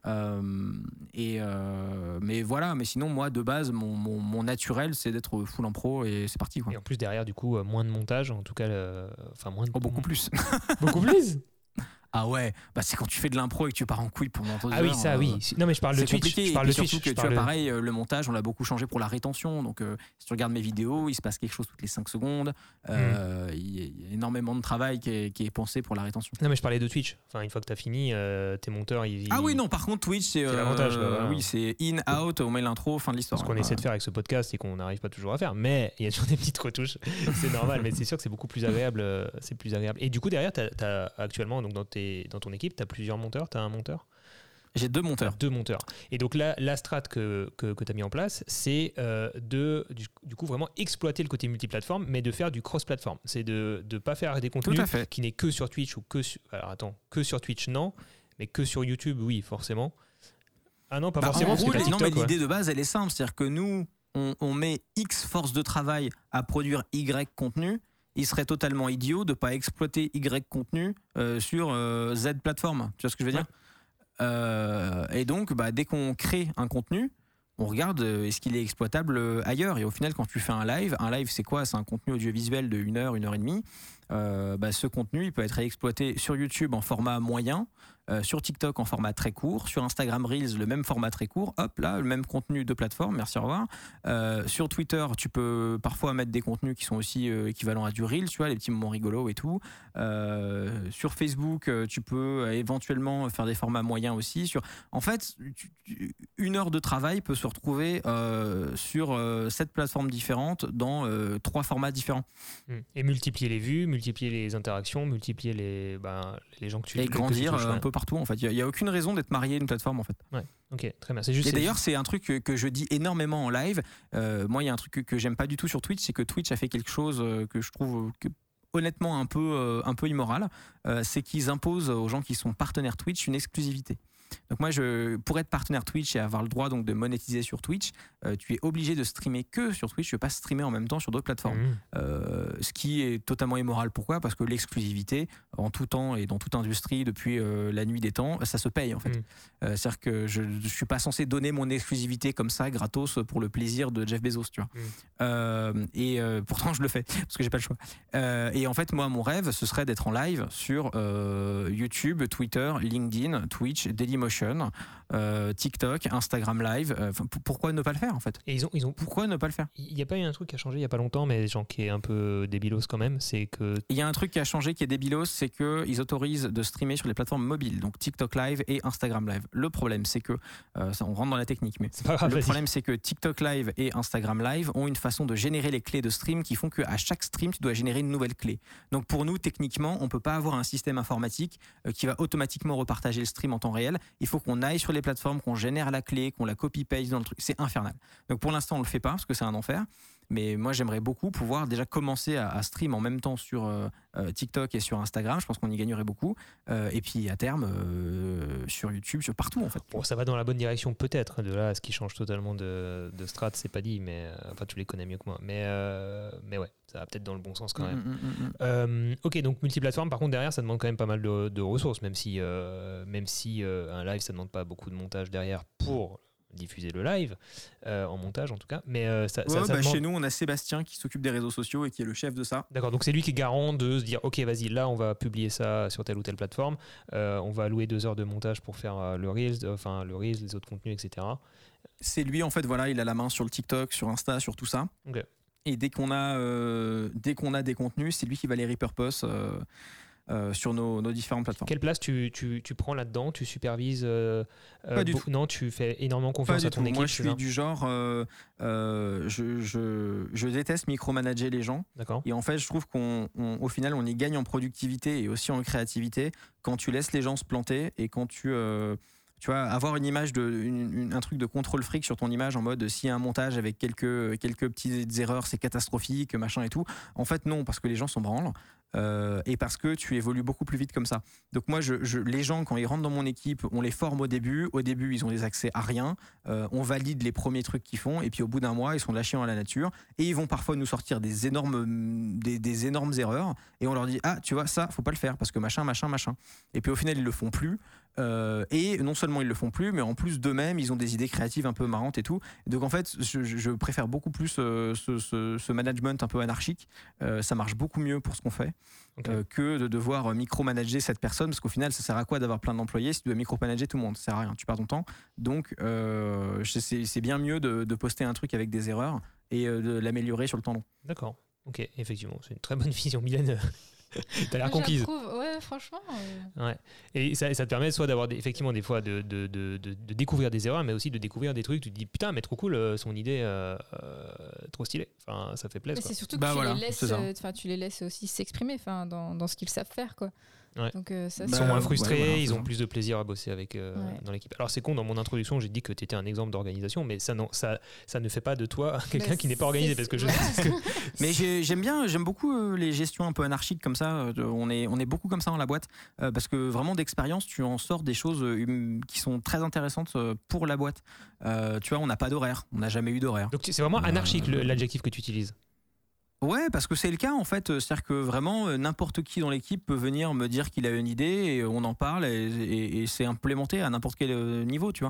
Mais sinon moi de base mon naturel c'est d'être full en pro et c'est parti, quoi. Et en plus derrière du coup moins de montage, en tout cas beaucoup plus. Beaucoup plus. Ah ouais, c'est quand tu fais de l'impro et que tu pars en couille pendant 2 heures. Ah oui, ça oui. Non mais je parle de Twitch. Compliqué. Je parle de Twitch. Surtout que tu vois pareil, le montage on l'a beaucoup changé pour la rétention. Donc si tu regardes mes vidéos, il se passe quelque chose toutes les 5 secondes. Il y a énormément de travail qui est pensé pour la rétention. Non mais je parlais de Twitch. Enfin une fois que t'as fini, tes monteurs Ah oui non, par contre Twitch c'est l'avantage. Oui, c'est in out, on met l'intro, fin de l'histoire. Ce qu'on essaie de faire avec ce podcast et qu'on n'arrive pas toujours à faire, mais il y a toujours des petites retouches. C'est normal, mais c'est sûr que c'est beaucoup plus agréable. Et du coup derrière, t'as actuellement donc dans ton équipe, t'as plusieurs monteurs, t'as un monteur? J'ai 2 monteurs. 2 monteurs. Et donc là, la strat que tu as mis en place, c'est du coup vraiment exploiter le côté multiplateforme, mais de faire du cross-platform. C'est de ne pas faire des contenus qui n'est que sur Twitch ou que sur Twitch, non, mais que sur YouTube, oui, forcément. Ah non, pas forcément, en parce gros, que t'as TikTok. non, mais l'idée de base, elle est simple. C'est-à-dire que nous, on met X force de travail à produire Y contenu. Il serait totalement idiot de ne pas exploiter Y contenu sur Z plateforme. Tu vois ce que je veux dire ? Et donc, dès qu'on crée un contenu, on regarde est-ce qu'il est exploitable ailleurs. Et au final, quand tu fais un live c'est quoi ? C'est un contenu audiovisuel de 1 heure, 1 heure et demie. Ce contenu, il peut être exploité sur YouTube en format moyen, sur TikTok en format très court, sur Instagram Reels le même format très court, hop là, le même contenu de plateforme, merci, au revoir. Sur Twitter, tu peux parfois mettre des contenus qui sont aussi équivalents à du Reels, tu vois, les petits moments rigolos et tout. Sur Facebook, tu peux éventuellement faire des formats moyens aussi. En fait, 1 heure de travail peut se retrouver sur 7 plateformes différentes dans 3 formats différents. Et multiplier les vues, multiplier les interactions, multiplier les gens que tu... Et grandir un peu partout, en fait. Il n'y a aucune raison d'être marié à une plateforme, en fait. Ouais, ok, très bien. C'est juste, et d'ailleurs, c'est un truc que je dis énormément en live. Moi, il y a un truc que j'aime pas du tout sur Twitch, c'est que Twitch a fait quelque chose que je trouve honnêtement un peu immoral. C'est qu'ils imposent aux gens qui sont partenaires Twitch une exclusivité. Donc moi, pour être partenaire Twitch et avoir le droit donc de monétiser sur Twitch, tu es obligé de streamer que sur Twitch, tu ne peux pas streamer en même temps sur d'autres plateformes. Ce qui est totalement immoral. Pourquoi ? Parce que l'exclusivité, en tout temps et dans toute industrie, depuis la nuit des temps, ça se paye en fait. C'est-à-dire que je ne suis pas censé donner mon exclusivité comme ça, gratos, pour le plaisir de Jeff Bezos, tu vois. Pourtant, je le fais, parce que j'ai pas le choix. Et en fait, moi, mon rêve, ce serait d'être en live sur YouTube, Twitter, LinkedIn, Twitch, Dailymotion, TikTok, Instagram Live. Pourquoi ne pas le faire en fait ? Et ils ont pourquoi ne pas le faire ? Il n'y a pas eu un truc qui a changé il n'y a pas longtemps, mais genre qui est un peu débilos quand même, c'est que... Il y a un truc qui a changé qui est débilos, c'est qu'ils autorisent de streamer sur les plateformes mobiles, donc TikTok Live et Instagram Live. Le problème, c'est que, on rentre dans la technique, mais le problème, c'est que TikTok Live et Instagram Live ont une façon de générer les clés de stream qui font qu'à chaque stream, tu dois générer une nouvelle clé. Donc pour nous, techniquement, on ne peut pas avoir un système informatique qui va automatiquement repartager le stream en temps réel. Il faut qu'on aille sur les plateformes, qu'on génère la clé, qu'on la copy-paste dans le truc. C'est infernal. Donc pour l'instant, on le fait pas parce que c'est un enfer. Mais moi, j'aimerais beaucoup pouvoir déjà commencer à stream en même temps sur TikTok et sur Instagram. Je pense qu'on y gagnerait beaucoup. Et puis à terme, sur YouTube, sur partout en fait. Bon, ça va dans la bonne direction peut-être. De là à ce qui change totalement de strat, c'est pas dit. Mais enfin, tu les connais mieux que moi. Mais ouais, ça va peut-être dans le bon sens quand même. Ok, donc multiplateforme. Par contre, derrière, ça demande quand même pas mal de ressources, même si un live, ça demande pas beaucoup de montage derrière pour diffuser le live en montage en tout cas, mais ça demande... Chez nous on a Sébastien qui s'occupe des réseaux sociaux et qui est le chef de ça. D'accord, donc c'est lui qui est garant de se dire ok, vas-y, là on va publier ça sur telle ou telle plateforme, on va allouer 2 heures de montage pour faire le Reels, les autres contenus, etc. C'est lui en fait, voilà, il a la main sur le TikTok, sur Insta, sur tout ça. Okay. Et dès qu'on a des contenus, c'est lui qui va les repurpose sur nos différentes plateformes. Quelle place tu prends là-dedans ? Tu supervises Pas du tout. Non, tu fais énormément confiance à ton équipe. Moi, je suis du genre, je déteste micromanager les gens. D'accord. Et en fait, je trouve qu'au final, on y gagne en productivité et aussi en créativité quand tu laisses les gens se planter et quand tu vois, avoir une image un truc de contrôle fric sur ton image en mode s'il y a un montage avec quelques petites erreurs, c'est catastrophique, machin et tout. En fait, non, parce que les gens s'en branlent. Et parce que tu évolues beaucoup plus vite comme ça. Donc moi, les gens, quand ils rentrent dans mon équipe, on les forme au début. Au début, ils ont des accès à rien. On valide les premiers trucs qu'ils font. Et puis au bout d'un mois, ils sont lâchés à la nature. Et ils vont parfois nous sortir des énormes erreurs. Et on leur dit, ah, tu vois, ça, faut pas le faire parce que machin. Et puis au final, ils le font plus. Et non seulement ils le font plus, mais en plus d'eux-mêmes, ils ont des idées créatives un peu marrantes et tout. Donc en fait, je préfère beaucoup plus ce management un peu anarchique. Ça marche beaucoup mieux pour ce qu'on fait. Okay. Que de devoir micromanager cette personne, parce qu'au final, ça sert à quoi d'avoir plein d'employés si tu dois micromanager tout le monde ? Ça sert à rien, tu perds ton temps. Donc c'est bien mieux de poster un truc avec des erreurs et de l'améliorer sur le temps long. D'accord, ok, effectivement, c'est une très bonne vision, Mylène. T'as l'air conquise. Ouais, franchement. Ouais. Et ça te permet soit d'avoir effectivement des fois de découvrir des erreurs, mais aussi de découvrir des trucs. Tu te dis putain, mais trop cool, son idée, trop stylé. Enfin, ça fait plaisir. C'est surtout que tu les laisses aussi s'exprimer, dans ce qu'ils savent faire, quoi. Ouais. Donc ça, Ils sont moins frustrés, voilà, ils ont plus de plaisir à bosser avec Ouais. dans l'équipe. Alors c'est con, dans mon introduction, j'ai dit que tu étais un exemple d'organisation, mais ça ne fait pas de toi quelqu'un Bah, qui n'est pas organisé. Parce que voilà. Mais j'aime beaucoup les gestions un peu anarchiques comme ça. On est beaucoup comme ça dans la boîte parce que vraiment d'expérience, tu en sors des choses qui sont très intéressantes pour la boîte. Tu vois, on n'a pas d'horaire, on n'a jamais eu d'horaire. Donc c'est vraiment anarchique l'adjectif que tu utilises. Ouais, parce que c'est le cas en fait. C'est-à-dire que vraiment n'importe qui dans l'équipe peut venir me dire qu'il a une idée et on en parle et c'est implémenté à n'importe quel niveau, tu vois.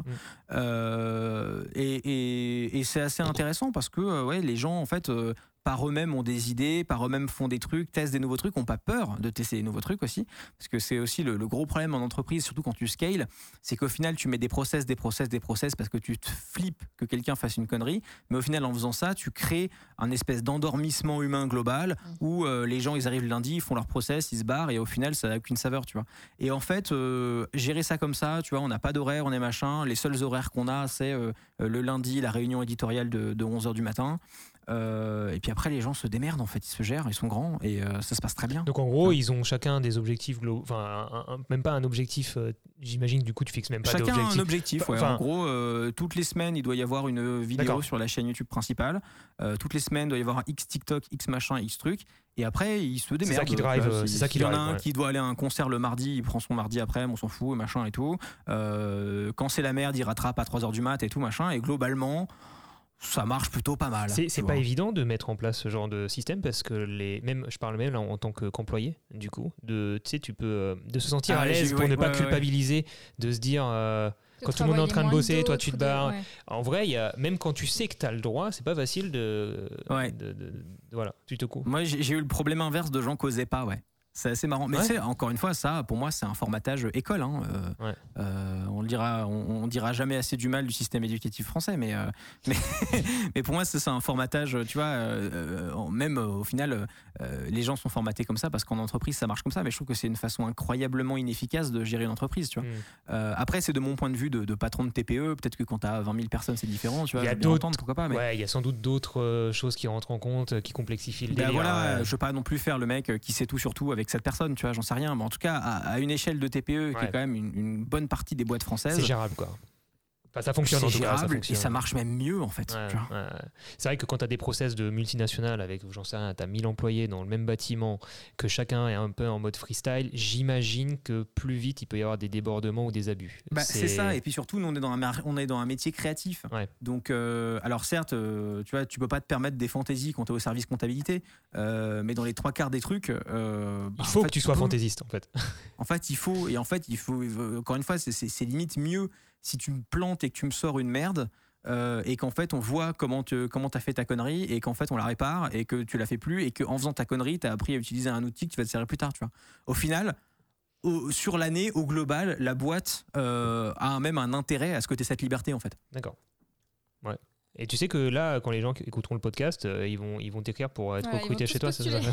Et c'est assez intéressant parce que ouais, les gens en fait par eux-mêmes ont des idées, par eux-mêmes font des trucs, testent des nouveaux trucs, n'ont pas peur de tester des nouveaux trucs aussi, parce que c'est aussi le gros problème en entreprise, surtout quand tu scales, c'est qu'au final tu mets des process parce que tu te flippes que quelqu'un fasse une connerie, mais au final en faisant ça, tu crées un espèce d'endormissement humain global où les gens ils arrivent le lundi, ils font leur process, ils se barrent et au final ça n'a aucune saveur, tu vois. Et en fait, gérer ça comme ça, tu vois, on n'a pas d'horaire, on est machin, les seuls horaires qu'on a c'est le lundi, la réunion éditoriale de 11h du matin. Et puis après les gens se démerdent en fait, ils se gèrent, ils sont grands et ça se passe très bien. Donc en gros ils ont chacun des objectifs même pas un objectif, j'imagine que du coup tu fixes même pas chacun d'objectif. a un objectif, ouais. En gros toutes les semaines il doit y avoir une vidéo D'accord. sur la chaîne YouTube principale, toutes les semaines il doit y avoir un X TikTok, X machin, X truc et après ils se démerdent. C'est ça qui drive, c'est ça qui drive. Il y en a un ouais. qui doit aller à un concert le mardi, il prend son mardi après, on s'en fout, machin et tout. Quand c'est la merde il rattrape à 3h du mat et tout machin et globalement ça marche plutôt pas mal. C'est pas évident de mettre en place ce genre de système parce que je parle même là, en tant qu'employé du coup, tu sais, tu peux de se sentir à l'aise pour ne pas culpabiliser, de se dire quand tout le monde est en train de bosser, toi tu te barres. En vrai, même quand tu sais que tu as le droit, c'est pas facile voilà, tu te coupes. Moi j'ai eu le problème inverse de gens qui osaient pas, ouais. C'est assez marrant. Mais tu sais, encore une fois, ça, pour moi, c'est un formatage école. Hein. On dira jamais assez du mal du système éducatif français, mais pour moi, c'est un formatage, tu vois, même au final, les gens sont formatés comme ça parce qu'en entreprise, ça marche comme ça, mais je trouve que c'est une façon incroyablement inefficace de gérer une entreprise, tu vois. Après, c'est de mon point de vue de patron de TPE, peut-être que quand tu as 20 000 personnes, c'est différent, tu vois. Il y a d'autres, pourquoi pas, mais... ouais, il y a sans doute d'autres choses qui rentrent en compte, qui complexifient le délire. Voilà, je veux pas non plus faire le mec qui sait tout sur tout avec cette personne, tu vois, j'en sais rien, mais en tout cas à une échelle de TPE qui est quand même une bonne partie des boîtes françaises, c'est gérable quoi. Enfin, ça fonctionne en tout cas, ça fonctionne. Et ça marche même mieux en fait. Tu vois. C'est vrai que quand tu as des process de multinationales avec, j'en sais rien, tu as 1000 employés dans le même bâtiment, que chacun est un peu en mode freestyle, j'imagine que plus vite il peut y avoir des débordements ou des abus. C'est ça, et puis surtout nous on est dans un métier créatif. Donc alors certes, tu vois, tu peux pas te permettre des fantaisies quand tu es au service comptabilité, mais dans les 3/4 des trucs, il faut que tu sois fantaisiste en fait. En fait, il faut encore une fois, c'est limite mieux si tu me plantes et que tu me sors une merde et qu'en fait on voit comment t'as fait ta connerie et qu'en fait on la répare et que tu la fais plus et qu'en faisant ta connerie t'as appris à utiliser un outil que tu vas te servir plus tard, tu vois. Au final, sur l'année, au global, la boîte a même un intérêt à ce que tu aies cette liberté en fait. D'accord. Ouais. Et tu sais que là, quand les gens écouteront le podcast, ils vont t'écrire pour être recrutés chez toi.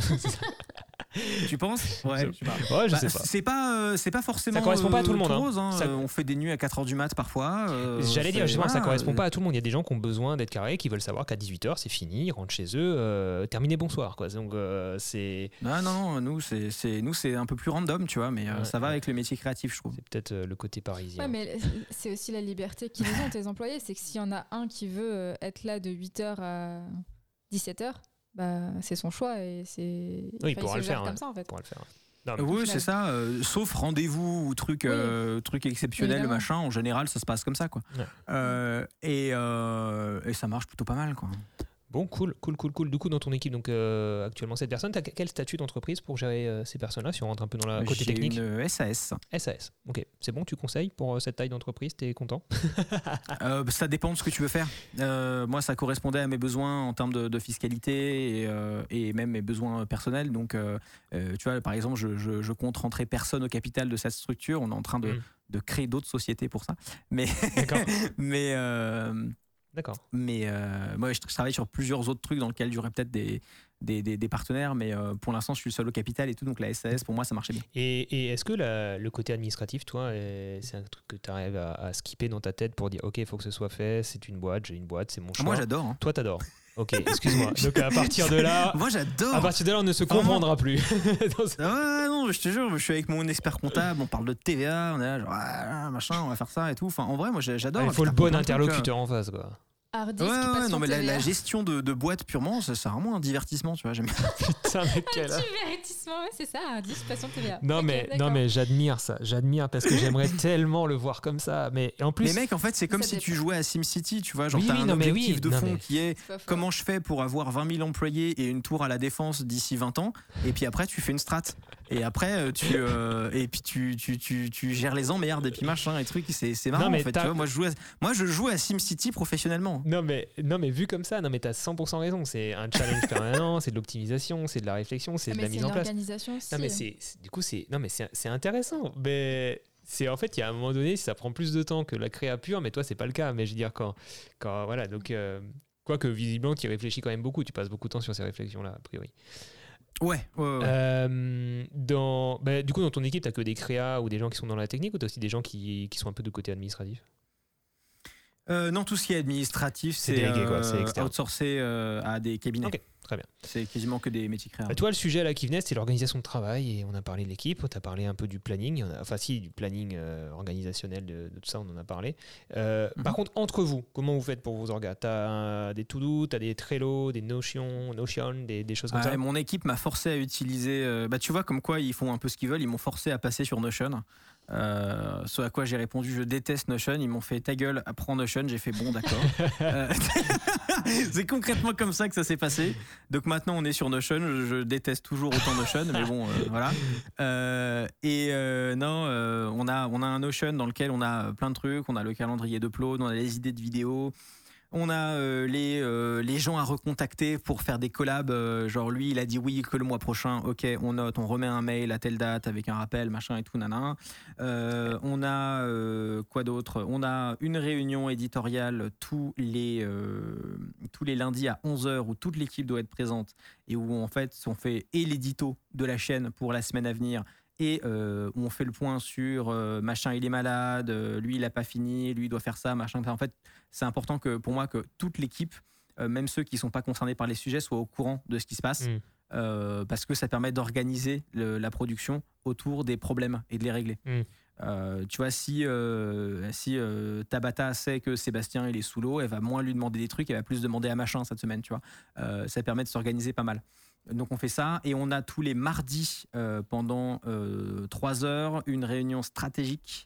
Tu penses? Ouais, je sais pas. C'est pas forcément. Ça correspond pas à tout le monde. Rose, hein. On fait des nuits à 4h du mat parfois. J'allais dire justement, ça correspond pas à tout le monde. Il y a des gens qui ont besoin d'être carrés, qui veulent savoir qu'à 18h c'est fini, ils rentrent chez eux, terminé, bonsoir quoi. Donc c'est. Non, nous c'est un peu plus random, tu vois, mais ça va avec le métier créatif, je trouve. C'est peut-être le côté parisien. Ouais, mais c'est aussi la liberté qu'ils ont tes employés, c'est que s'il y en a un qui veut être là de 8h à 17h. Bah, c'est son choix et c'est. Oui, il pourra le faire. Comme ça, en fait. Non, oui, c'est ça. Sauf rendez-vous ou truc exceptionnel, évidemment. Machin. En général, ça se passe comme ça, quoi. Ouais. Et ça marche plutôt pas mal, quoi. Bon, cool. Du coup, dans ton équipe, donc actuellement 7 personnes, tu as quel statut d'entreprise pour gérer ces personnes-là, si on rentre un peu dans la côté technique? Une SAS. SAS, ok. C'est bon, tu conseilles pour cette taille d'entreprise, t'es content? Ça dépend de ce que tu veux faire. Moi, ça correspondait à mes besoins en termes de fiscalité et même mes besoins personnels. Donc, tu vois, par exemple, je compte rentrer personne au capital de cette structure. On est en train de créer d'autres sociétés pour ça. D'accord. D'accord. Mais moi, je travaille sur plusieurs autres trucs dans lesquels il y aurait peut-être des partenaires, mais pour l'instant, je suis le seul au capital et tout, donc la SAS, pour moi, ça marchait bien. Et est-ce que le côté administratif, toi, c'est un truc que tu arrives à skipper dans ta tête pour dire ok, il faut que ce soit fait, c'est une boîte, j'ai une boîte, c'est mon choix. Moi, j'adore. Hein. Toi, t'adores. Ok, excuse-moi. Donc à partir de là, moi j'adore. À partir de là, on ne se comprendra plus. Non, je te jure, je suis avec mon expert comptable, on parle de TVA, on est là, genre machin, on va faire ça et tout. Enfin, en vrai, moi j'adore. Il faut le bon interlocuteur en face, quoi. Non mais la gestion de boîte purement, c'est vraiment un divertissement, tu vois. J'aime bien. Putain, mais quel divertissement, c'est ça, Hardisk passion TVA. Non mais j'admire ça, parce que j'aimerais tellement le voir comme ça. Mais en plus, mais mec, en fait, c'est comme si tu jouais à SimCity, tu vois. Genre, t'as un objectif qui est comment je fais pour avoir 20 000 employés et une tour à la défense d'ici 20 ans. Et puis après, tu fais une strat. Et après, tu gères les emmerdes et puis machin et trucs. C'est marrant en fait. Tu vois, moi, je joue à SimCity professionnellement. Non mais vu comme ça, t'as 100% raison. C'est un challenge permanent, c'est de l'optimisation, c'est de la réflexion, c'est de la mise en place. Aussi. Non mais c'est intéressant. Mais c'est en fait, il y a un moment donné, ça prend plus de temps que la créa pure, mais toi c'est pas le cas. Mais je veux dire quand voilà, donc quoique visiblement tu y réfléchis quand même beaucoup, tu passes beaucoup de temps sur ces réflexions là a priori. Ouais. Du coup, dans ton équipe, t'as que des créas ou des gens qui sont dans la technique, ou t'as aussi des gens qui sont un peu de côté administratif? Non, tout ce qui est administratif, c'est délégué, quoi, c'est externe. Outsourcé à des cabinets. Ok, très bien. C'est quasiment que des métiers créatifs. Toi, le sujet là qui venait, c'est l'organisation de travail, et on a parlé de l'équipe, tu as parlé un peu du planning, du planning organisationnel de tout ça, on en a parlé. Par contre, entre vous, comment vous faites pour vos orgas? Tu as des To-Do, tu as des Trello, des Notion, des choses comme ça? Mon équipe m'a forcé à utiliser. Tu vois, comme quoi ils font un peu ce qu'ils veulent, ils m'ont forcé à passer sur Notion. Ce à quoi j'ai répondu je déteste Notion. Ils m'ont fait ta gueule, prends Notion. J'ai fait bon, d'accord. C'est concrètement comme ça que ça s'est passé. Donc maintenant on est sur Notion. Je déteste toujours autant Notion, mais bon, voilà. On a un Notion dans lequel on a plein de trucs. On a le calendrier d'upload, on a les idées de vidéos. On a les gens à recontacter pour faire des collabs. Genre lui, il a dit oui que le mois prochain. Ok, on note, on remet un mail à telle date avec un rappel, machin et tout, nana. On a quoi d'autre? On a une réunion éditoriale tous les lundis à 11h où toute l'équipe doit être présente et où en fait on fait et l'édito de la chaîne pour la semaine à venir. Et on fait le point sur machin il est malade, lui il a pas fini, lui il doit faire ça, machin. En fait, c'est important pour moi que toute l'équipe, même ceux qui sont pas concernés par les sujets, soient au courant de ce qui se passe, parce que ça permet d'organiser la production autour des problèmes et de les régler. Tu vois, si Tabata sait que Sébastien il est sous l'eau, elle va moins lui demander des trucs, elle va plus demander à machin cette semaine, tu vois. Ça permet de s'organiser pas mal. Donc on fait ça et on a tous les mardis pendant 3 heures une réunion stratégique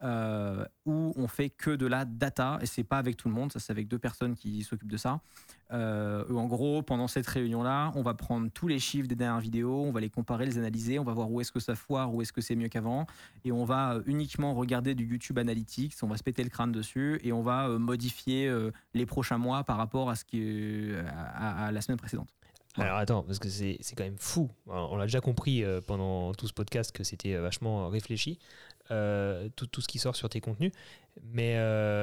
où on fait que de la data et c'est pas avec tout le monde, ça c'est avec 2 personnes qui s'occupent de ça. En gros, pendant cette réunion-là, on va prendre tous les chiffres des dernières vidéos, on va les comparer, les analyser, on va voir où est-ce que ça foire, où est-ce que c'est mieux qu'avant et on va uniquement regarder du YouTube Analytics, on va se péter le crâne dessus et on va modifier les prochains mois par rapport à à la semaine précédente. Alors attends, parce que c'est quand même fou. On l'a déjà compris pendant tout ce podcast que c'était vachement réfléchi, tout ce qui sort sur tes contenus. Mais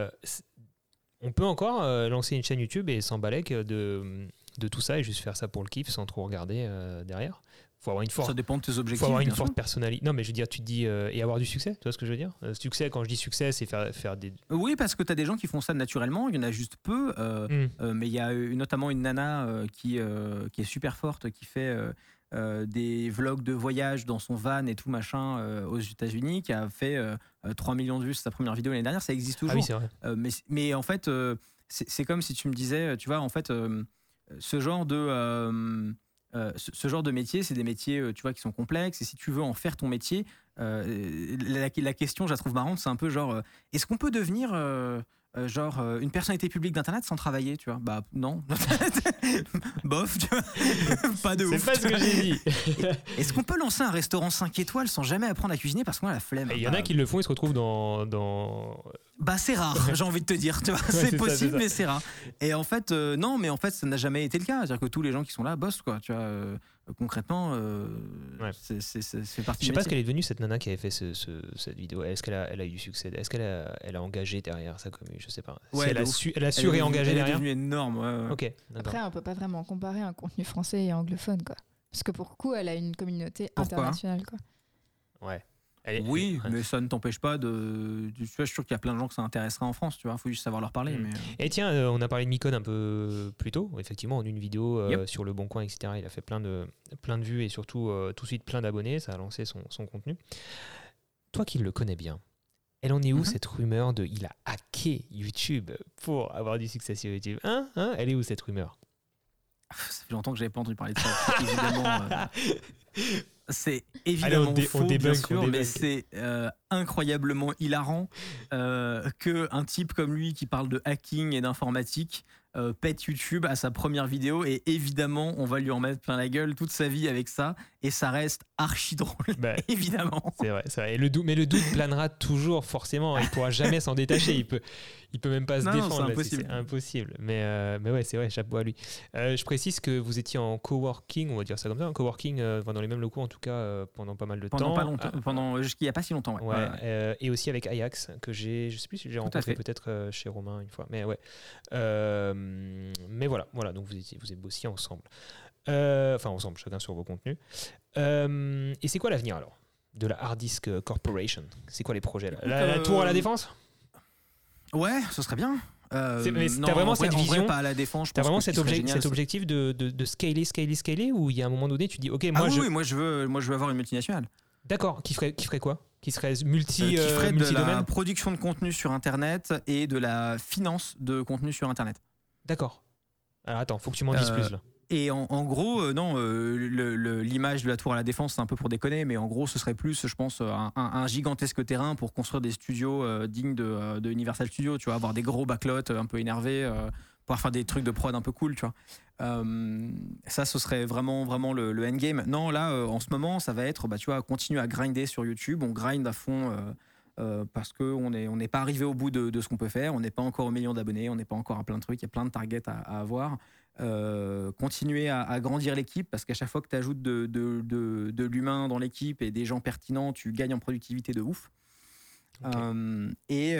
on peut encore lancer une chaîne YouTube et s'emballer de tout ça et juste faire ça pour le kiff sans trop regarder derrière. Faut avoir une forte, ça dépend de tes objectifs. Faut avoir une forte personnalité. Non, mais je veux dire, tu te dis et avoir du succès. Tu vois ce que je veux dire? Succès, quand je dis succès, c'est faire des. Oui, parce que tu as des gens qui font ça naturellement. Il y en a juste peu. Mais il y a notamment une nana qui est super forte, qui fait des vlogs de voyage dans son van et tout machin aux États-Unis, qui a fait 3 millions de vues sur sa première vidéo l'année dernière. Ça existe toujours. Ah oui, c'est vrai. Mais en fait, c'est comme si tu me disais, tu vois, en fait, ce genre de métier, c'est des métiers tu vois, qui sont complexes et si tu veux en faire ton métier, la question, je la trouve marrante, c'est un peu genre est-ce qu'on peut devenir une personnalité publique d'internet sans travailler, tu vois? Bah non. Bof, tu vois. Pas de ouf. C'est pas ce que j'ai dit. Est-ce qu'on peut lancer un restaurant 5 étoiles sans jamais apprendre à cuisiner parce qu'on a la flemme? Il y en a qui le font, ils se retrouvent dans... Bah c'est rare, j'ai envie de te dire, tu vois. C'est possible, mais c'est rare. Et en fait, non, mais en fait, ça n'a jamais été le cas. C'est-à-dire que tous les gens qui sont là bossent, quoi. Tu vois, concrètement, Ouais. c'est partie Je sais du pas ce métier. qu'elle est devenue cette nana qui avait fait cette vidéo. Est-ce qu'elle a eu du succès? Est-ce qu'elle a engagé derrière sa commu? Je sais pas. Ouais, Si elle de a ouf. su, elle a su réengager Elle est derrière. devenue énorme. Ouais. Ok, d'accord. Après, on peut pas vraiment comparer un contenu français et anglophone, quoi. Parce que pour le coup, elle a une communauté Pourquoi internationale, quoi. Ouais. Oui, ouais. mais ça ne t'empêche pas de. Tu vois, je suis sûr qu'il y a plein de gens que ça intéresserait en France, tu vois. Il faut juste savoir leur parler. Mm. Mais... Et tiens, on a parlé de Micode un peu plus tôt. Effectivement, en une vidéo Yep. sur Le Bon Coin, etc. Il a fait plein de vues et surtout tout de suite plein d'abonnés. Ça a lancé son contenu. Toi qui le connais bien, elle en est où cette rumeur de il a hacké YouTube pour avoir du succès sur YouTube? Elle est où cette rumeur? Ça fait longtemps que j'avais pas entendu parler de ça. Évidemment, c'est Allez, évidemment on faux, bien débunk, sûr, on mais débunk. c'est incroyablement hilarant qu'un type comme lui qui parle de hacking et d'informatique pète YouTube à sa première vidéo, et évidemment on va lui en mettre plein la gueule toute sa vie avec ça, et ça reste archi drôle. Bah, Évidemment. c'est vrai, c'est vrai. Et mais le doute planera toujours, forcément. Il pourra jamais s'en détacher. Il peut même pas se Non, défendre. c'est là, impossible. C'est impossible. Mais ouais, c'est vrai, chapeau à lui. Je précise que vous étiez en coworking, on va dire ça comme ça, en coworking dans les mêmes locaux, en tout cas, pendant pas mal de Pendant temps. pas longtemps, il y a pas si longtemps. Ouais. Ouais, et aussi avec Ajax, que je sais plus si j'ai rencontré fait. peut-être chez Romain une fois. Mais ouais. Mais voilà, donc vous êtes bossés ensemble. Enfin, ensemble, chacun sur vos contenus. Et c'est quoi l'avenir alors de la Hard Disk Corporation? C'est quoi les projets là? La tour à la Défense? Ouais, ce serait bien. Mais non, t'as vraiment en vrai, cette en vrai, vision, pas à la défense. t'as pense vraiment que ce cet, qui serait génial, cet objectif de scaler, ou il y a un moment donné tu dis ok, moi oui, moi je veux avoir une multinationale. D'accord, qui ferait quoi? Qui serait Qui ferait de la multi-domaine? production de contenu sur Internet et de la finance de contenu sur Internet. D'accord. Alors attends, faut que tu m'en dises plus là. Et en gros, non, l'image de la tour à la Défense, c'est un peu pour déconner, mais en gros, ce serait plus, je pense, un gigantesque terrain pour construire des studios dignes de Universal Studios, tu vois, avoir des gros backlots un peu énervés, pouvoir faire des trucs de prod un peu cool, tu vois. Ça, ce serait vraiment le endgame. Non, là, en ce moment, ça va être, tu vois, continuer à grinder sur YouTube. On grind à fond parce qu'on n'est pas arrivé au bout de ce qu'on peut faire. On n'est pas encore au million d'abonnés, on n'est pas encore à plein de trucs. Il y a plein de targets à avoir. Continuer à grandir l'équipe, parce qu'à chaque fois que tu ajoutes de l'humain dans l'équipe et des gens pertinents, tu gagnes en productivité de ouf. Okay.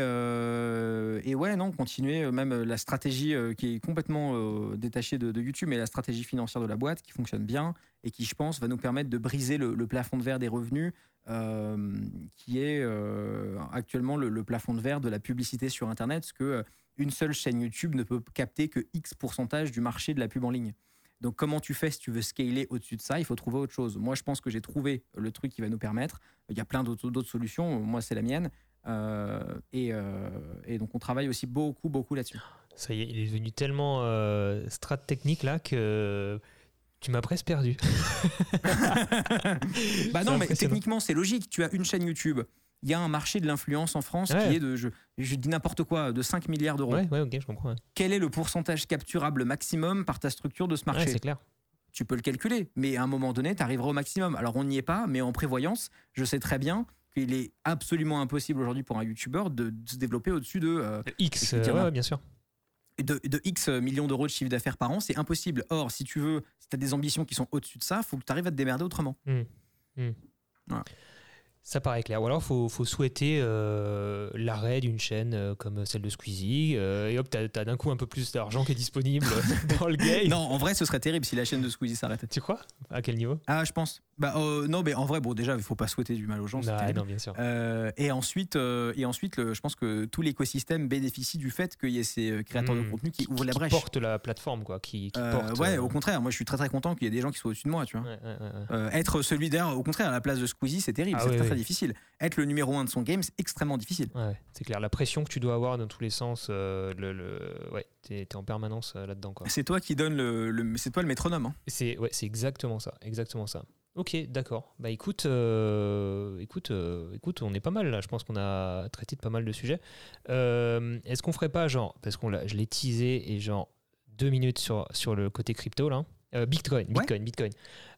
Et ouais, non, continuer même la stratégie qui est complètement détachée de YouTube, mais la stratégie financière de la boîte qui fonctionne bien et qui, je pense, va nous permettre de briser le plafond de verre des revenus, qui est actuellement le plafond de verre de la publicité sur Internet, parce que une seule chaîne YouTube ne peut capter que X pourcentage du marché de la pub en ligne. Donc comment tu fais si tu veux scaler au-dessus de ça? Il faut trouver autre chose. Moi, je pense que j'ai trouvé le truc qui va nous permettre. Il y a plein d'autres solutions. Moi, c'est la mienne. Et donc, on travaille aussi beaucoup là-dessus. Ça y est, il est devenu tellement strat technique là que tu m'as presque perdu. Bah non, mais techniquement, c'est logique. Tu as une chaîne YouTube. Il y a un marché de l'influence en France qui est de, je dis n'importe quoi, de 5 milliards d'euros. Ouais, ok, je comprends. Ouais. Quel est le pourcentage capturable maximum par ta structure de ce marché? Ouais, c'est clair. Tu peux le calculer, mais à un moment donné, tu arriveras au maximum. Alors, on n'y est pas, mais en prévoyance, je sais très bien qu'il est absolument impossible aujourd'hui pour un YouTuber de se développer au-dessus de X, ouais, bien sûr. De X millions d'euros de chiffre d'affaires par an, c'est impossible. Or, si tu as des ambitions qui sont au-dessus de ça, il faut que tu arrives à te démerder autrement. Voilà. Ça paraît clair. Ou alors, il faut souhaiter l'arrêt d'une chaîne comme celle de Squeezie. Et hop, t'as d'un coup un peu plus d'argent qui est disponible dans le game. Non, en vrai, ce serait terrible si la chaîne de Squeezie s'arrêtait. Tu crois? À quel niveau? Ah, je pense. Non, mais en vrai, bon, déjà, il ne faut pas souhaiter du mal aux gens. Non, bien sûr. Et ensuite je pense que tout l'écosystème bénéficie du fait qu'il y ait ces créateurs de contenu qui ouvrent la brèche. Qui portent la plateforme, quoi. Qui portent, ouais, au contraire. Moi, je suis très content qu'il y ait des gens qui soient au-dessus de moi, tu vois. Ouais. Être celui d'ailleurs, au contraire, à la place de Squeezie, c'est terrible. C'est très difficile. Être le numéro 1 de son game, c'est extrêmement difficile. Ouais, c'est clair. La pression que tu dois avoir dans tous les sens, ouais, t'es en permanence là-dedans, quoi. C'est toi qui donne c'est toi le métronome. Hein. C'est exactement ça. Ok, d'accord. Bah écoute, on est pas mal là. Je pense qu'on a traité de pas mal de sujets. Est-ce qu'on ferait pas genre, parce je l'ai teasé, et genre 2 minutes sur le côté crypto là. Bitcoin.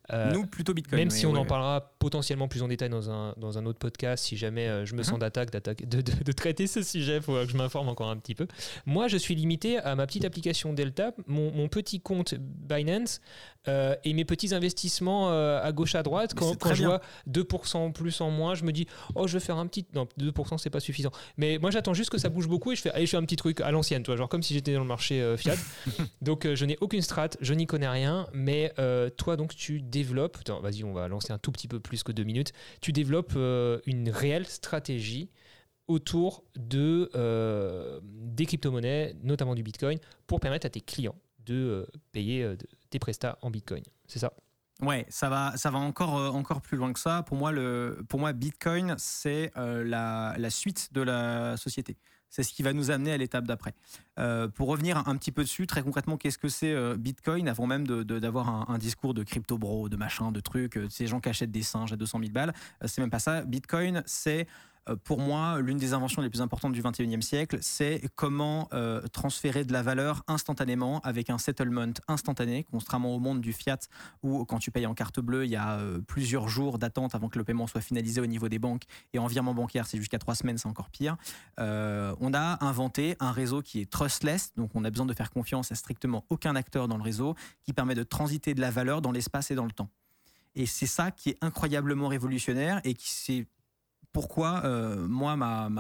Nous, plutôt Bitcoin. Même si on en parlera potentiellement plus en détail dans un autre podcast, si jamais je me sens de traiter ce sujet, il faut que je m'informe encore un petit peu. Moi, je suis limité à ma petite application Delta, mon petit compte Binance et mes petits investissements à gauche à droite. Quand je vois 2% en plus en moins, je me dis, oh, je vais faire un petit... Non, 2% c'est pas suffisant. Mais moi, j'attends juste que ça bouge beaucoup et je fais un petit truc à l'ancienne, toi, genre comme si j'étais dans le marché fiat. Donc, je n'ai aucune strat, je n'y connais rien, mais toi, donc, tu développes... Attends, vas-y, on va lancer un tout petit peu plus que 2 minutes. Tu développes une réelle stratégie autour des crypto-monnaies, notamment du Bitcoin, pour permettre à tes clients de payer tes prestats en Bitcoin. C'est ça? Ouais, ça va encore plus loin que ça. Pour moi, Bitcoin, c'est la suite de la société. C'est ce qui va nous amener à l'étape d'après. Pour revenir un petit peu dessus, très concrètement, qu'est-ce que c'est Bitcoin, avant même d'avoir un discours de crypto bro, de machin, de trucs, ces gens qui achètent des singes à 200 000 balles, c'est même pas ça. Bitcoin, c'est pour moi, l'une des inventions les plus importantes du 21e siècle, c'est comment transférer de la valeur instantanément avec un settlement instantané, contrairement au monde du fiat où quand tu payes en carte bleue, il y a plusieurs jours d'attente avant que le paiement soit finalisé au niveau des banques, et en virement bancaire, c'est jusqu'à 3 semaines, c'est encore pire. On a inventé un réseau qui est trustless, donc on a besoin de faire confiance à strictement aucun acteur dans le réseau, qui permet de transiter de la valeur dans l'espace et dans le temps. Et c'est ça qui est incroyablement révolutionnaire et qui c'est pourquoi moi,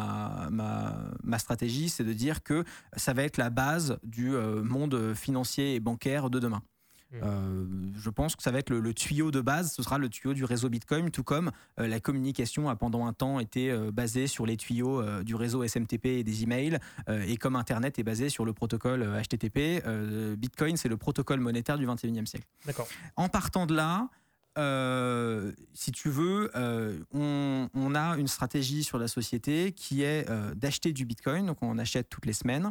ma stratégie, c'est de dire que ça va être la base du monde financier et bancaire de demain. Je pense que ça va être le tuyau de base, ce sera le tuyau du réseau Bitcoin, tout comme la communication a pendant un temps été basée sur les tuyaux du réseau SMTP et des emails, et comme Internet est basé sur le protocole HTTP, Bitcoin, c'est le protocole monétaire du 21e siècle. D'accord. En partant de là, si tu veux, on a une stratégie sur la société qui est d'acheter du Bitcoin, donc on achète toutes les semaines.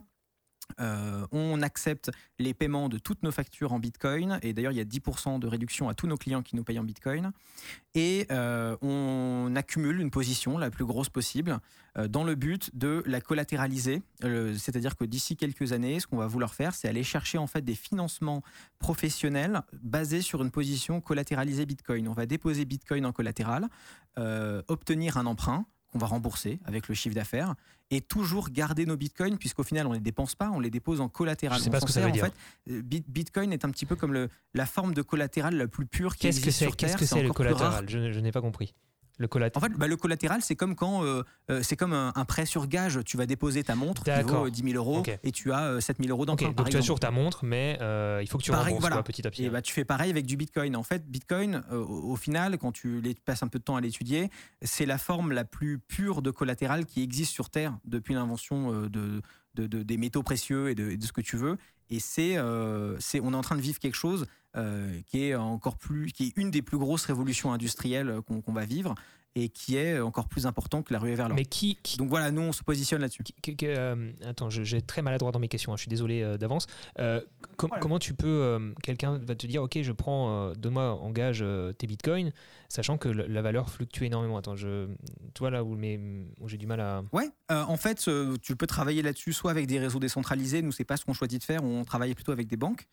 On accepte les paiements de toutes nos factures en Bitcoin, et d'ailleurs il y a 10% de réduction à tous nos clients qui nous payent en Bitcoin, et on accumule une position la plus grosse possible dans le but de la collatéraliser, c'est-à-dire que d'ici quelques années, ce qu'on va vouloir faire, c'est aller chercher en fait des financements professionnels basés sur une position collatéralisée Bitcoin. On va déposer Bitcoin en collatéral, obtenir un emprunt qu'on va rembourser avec le chiffre d'affaires, et toujours garder nos bitcoins, puisqu'au final on ne les dépense pas, on les dépose en collatéral. Je sais pas ce que ça veut dire. En fait, Bitcoin est un petit peu comme la forme de collatéral la plus pure qui existe sur Terre. Qu'est-ce que c'est le collatéral? Je n'ai pas compris. Le collatéral. En fait, le collatéral, c'est comme quand c'est comme un prêt sur gage. Tu vas déposer ta montre qui vaut 10 000 € et tu as 7 000 € d'emprunt. Donc tu assures ta montre, mais il faut que tu rembourses petit à petit. Et tu fais pareil avec du Bitcoin. En fait, Bitcoin, au final, quand tu passes un peu de temps à l'étudier, c'est la forme la plus pure de collatéral qui existe sur Terre depuis l'invention des métaux précieux et de ce que tu veux. Et on est en train de vivre quelque chose qui est une des plus grosses révolutions industrielles qu'on va vivre, et qui est encore plus important que la ruée vers l'or. Mais Donc voilà, nous on se positionne là-dessus. Attends, j'ai très maladroit dans mes questions, je suis désolé d'avance. Comment tu peux, quelqu'un va te dire, ok, je prends, donne-moi en gage tes bitcoins, sachant que la valeur fluctue énormément. Attends, tu vois là où j'ai du mal à... Ouais, en fait, tu peux travailler là-dessus soit avec des réseaux décentralisés. Nous, c'est pas ce qu'on choisit de faire, on travaille plutôt avec des banques.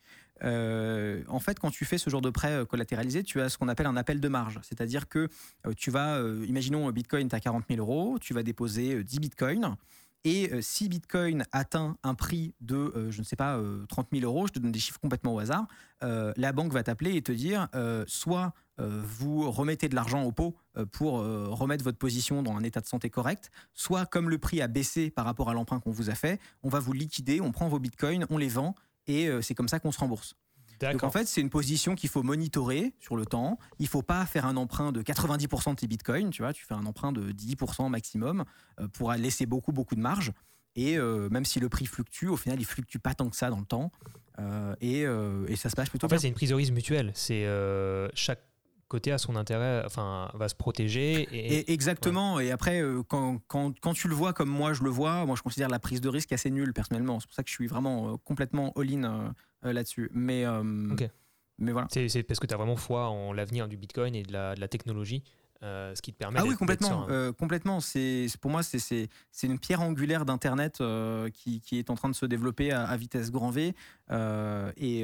En fait, quand tu fais ce genre de prêt collatéralisé, tu as ce qu'on appelle un appel de marge. C'est-à-dire que tu vas, imaginons Bitcoin, tu as 40 000 €, tu vas déposer 10 Bitcoins, et si Bitcoin atteint un prix de, je ne sais pas, 30 000 €, je te donne des chiffres complètement au hasard, la banque va t'appeler et te dire, soit vous remettez de l'argent au pot pour remettre votre position dans un état de santé correct, soit comme le prix a baissé par rapport à l'emprunt qu'on vous a fait, on va vous liquider, on prend vos Bitcoins, on les vend, et c'est comme ça qu'on se rembourse. Donc en fait, c'est une position qu'il faut monitorer sur le temps. Il ne faut pas faire un emprunt de 90% de tes bitcoins, tu vois, tu fais un emprunt de 10% maximum pour laisser beaucoup de marge. Et même si le prix fluctue, au final, il ne fluctue pas tant que ça dans le temps. Et ça se passe plutôt bien. En fait, c'est une prise de risque mutuelle. C'est chaque côté a son intérêt, enfin, va se protéger. Et exactement. Ouais. Et après, quand tu le vois comme moi je le vois, moi je considère la prise de risque assez nulle personnellement. C'est pour ça que je suis vraiment complètement all-in là-dessus. Mais voilà. C'est parce que tu as vraiment foi en l'avenir du Bitcoin et de la technologie. ce qui te permet Ah oui, d'être complètement. serein. Complètement. Pour moi, c'est une pierre angulaire d'Internet qui est en train de se développer à vitesse grand V. On est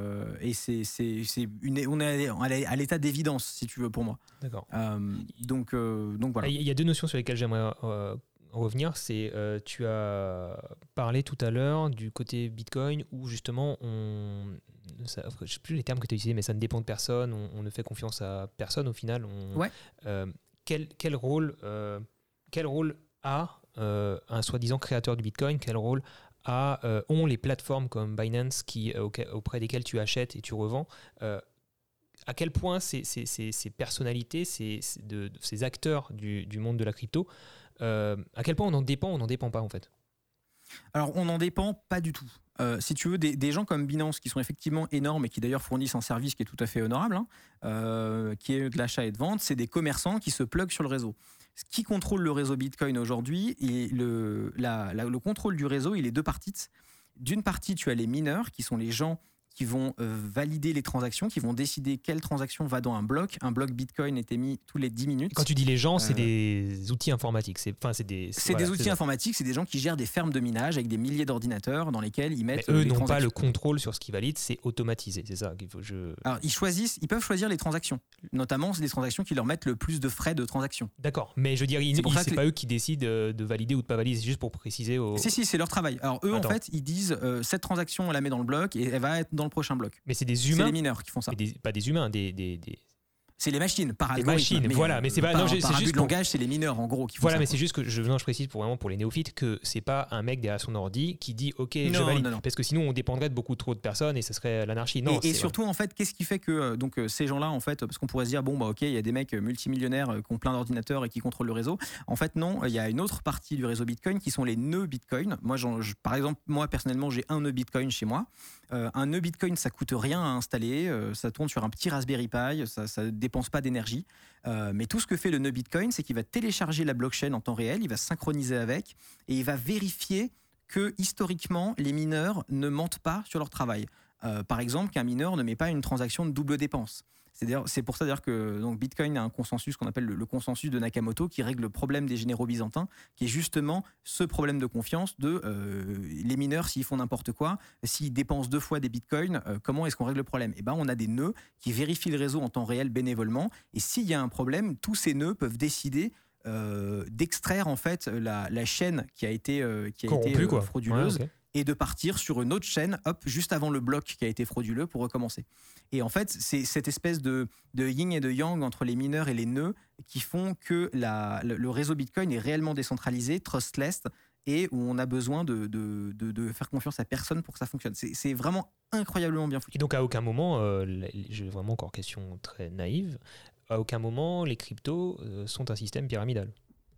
à l'état d'évidence, si tu veux, pour moi. D'accord. Donc voilà. Il y a deux notions sur lesquelles j'aimerais revenir. C'est tu as parlé tout à l'heure du côté Bitcoin où justement je ne sais plus les termes que tu as utilisés, mais ça ne dépend de personne, on ne fait confiance à personne au final. Ouais. Quel rôle a un soi-disant créateur du Bitcoin? Quel rôle ont les plateformes comme Binance auprès desquelles tu achètes et tu revends? À quel point ces personnalités, ces acteurs du monde de la crypto, à quel point on en dépend pas en fait? Alors on n'en dépend pas du tout. Si tu veux, des gens comme Binance qui sont effectivement énormes et qui d'ailleurs fournissent un service qui est tout à fait honorable, qui est de l'achat et de vente, c'est des commerçants qui se pluguent sur le réseau. Ce qui contrôle le réseau Bitcoin aujourd'hui, le contrôle du réseau, il est deux parties. D'une partie, tu as les mineurs qui sont les gens qui vont valider les transactions, qui vont décider quelle transaction va dans un bloc. Un bloc Bitcoin est émis tous les 10 minutes. Quand tu dis les gens, c'est des outils informatiques. C'est des outils informatiques, c'est des gens qui gèrent des fermes de minage avec des milliers d'ordinateurs dans lesquels ils mettent. Mais eux les n'ont transactions. pas le contrôle sur ce qu'ils valident, c'est automatisé. C'est ça qu'il faut. Alors ils peuvent choisir les transactions. Notamment, c'est des transactions qui leur mettent le plus de frais de transaction. D'accord, mais je veux dire, c'est pas eux qui décident de valider ou de pas valider, c'est juste pour préciser. Si, c'est leur travail. Alors eux, en fait, ils disent cette transaction, on la met dans le bloc et elle va être dans le prochain bloc. Mais c'est des humains. C'est les mineurs qui font ça. Mais pas des humains, C'est les machines, par les algorithme. machines, voilà. Mais c'est pas. Par c'est abus juste de langage, c'est les mineurs en gros qui font voilà, ça. mais c'est juste que je précise pour les néophytes que c'est pas un mec derrière son ordi qui dit OK, je valide. Non. Parce que sinon on dépendrait de beaucoup trop de personnes et ce serait l'anarchie. Non. Et surtout en fait, qu'est-ce qui fait que ces gens-là en fait, parce qu'on pourrait se dire bon bah ok, il y a des mecs multimillionnaires qui ont plein d'ordinateurs et qui contrôlent le réseau. En fait non, il y a une autre partie du réseau Bitcoin qui sont les nœuds Bitcoin. Moi, par exemple, moi personnellement, j'ai un nœud Bitcoin chez moi. Un nœud Bitcoin, ça coûte rien à installer, ça tourne sur un petit Raspberry Pi, ça ne dépense pas d'énergie. Mais tout ce que fait le nœud Bitcoin, c'est qu'il va télécharger la blockchain en temps réel, il va synchroniser avec et il va vérifier que historiquement, les mineurs ne mentent pas sur leur travail. Par exemple, qu'un mineur ne met pas une transaction de double dépense. C'est pour ça d'ailleurs que Bitcoin a un consensus qu'on appelle le consensus de Nakamoto qui règle le problème des généraux byzantins, qui est justement ce problème de confiance de les mineurs, s'ils font n'importe quoi, s'ils dépensent 2 fois des bitcoins, comment est-ce qu'on règle le problème? On a des nœuds qui vérifient le réseau en temps réel bénévolement, et s'il y a un problème, tous ces nœuds peuvent décider d'extraire en fait la chaîne qui a été frauduleuse. Ouais, okay. Et de partir sur une autre chaîne, juste avant le bloc qui a été frauduleux pour recommencer. Et en fait, c'est cette espèce de yin et de yang entre les mineurs et les nœuds qui font que le réseau Bitcoin est réellement décentralisé, trustless, et où on a besoin de faire confiance à personne pour que ça fonctionne. C'est vraiment incroyablement bien foutu. Et donc à aucun moment, j'ai vraiment encore question très naïve, à aucun moment les cryptos sont un système pyramidal.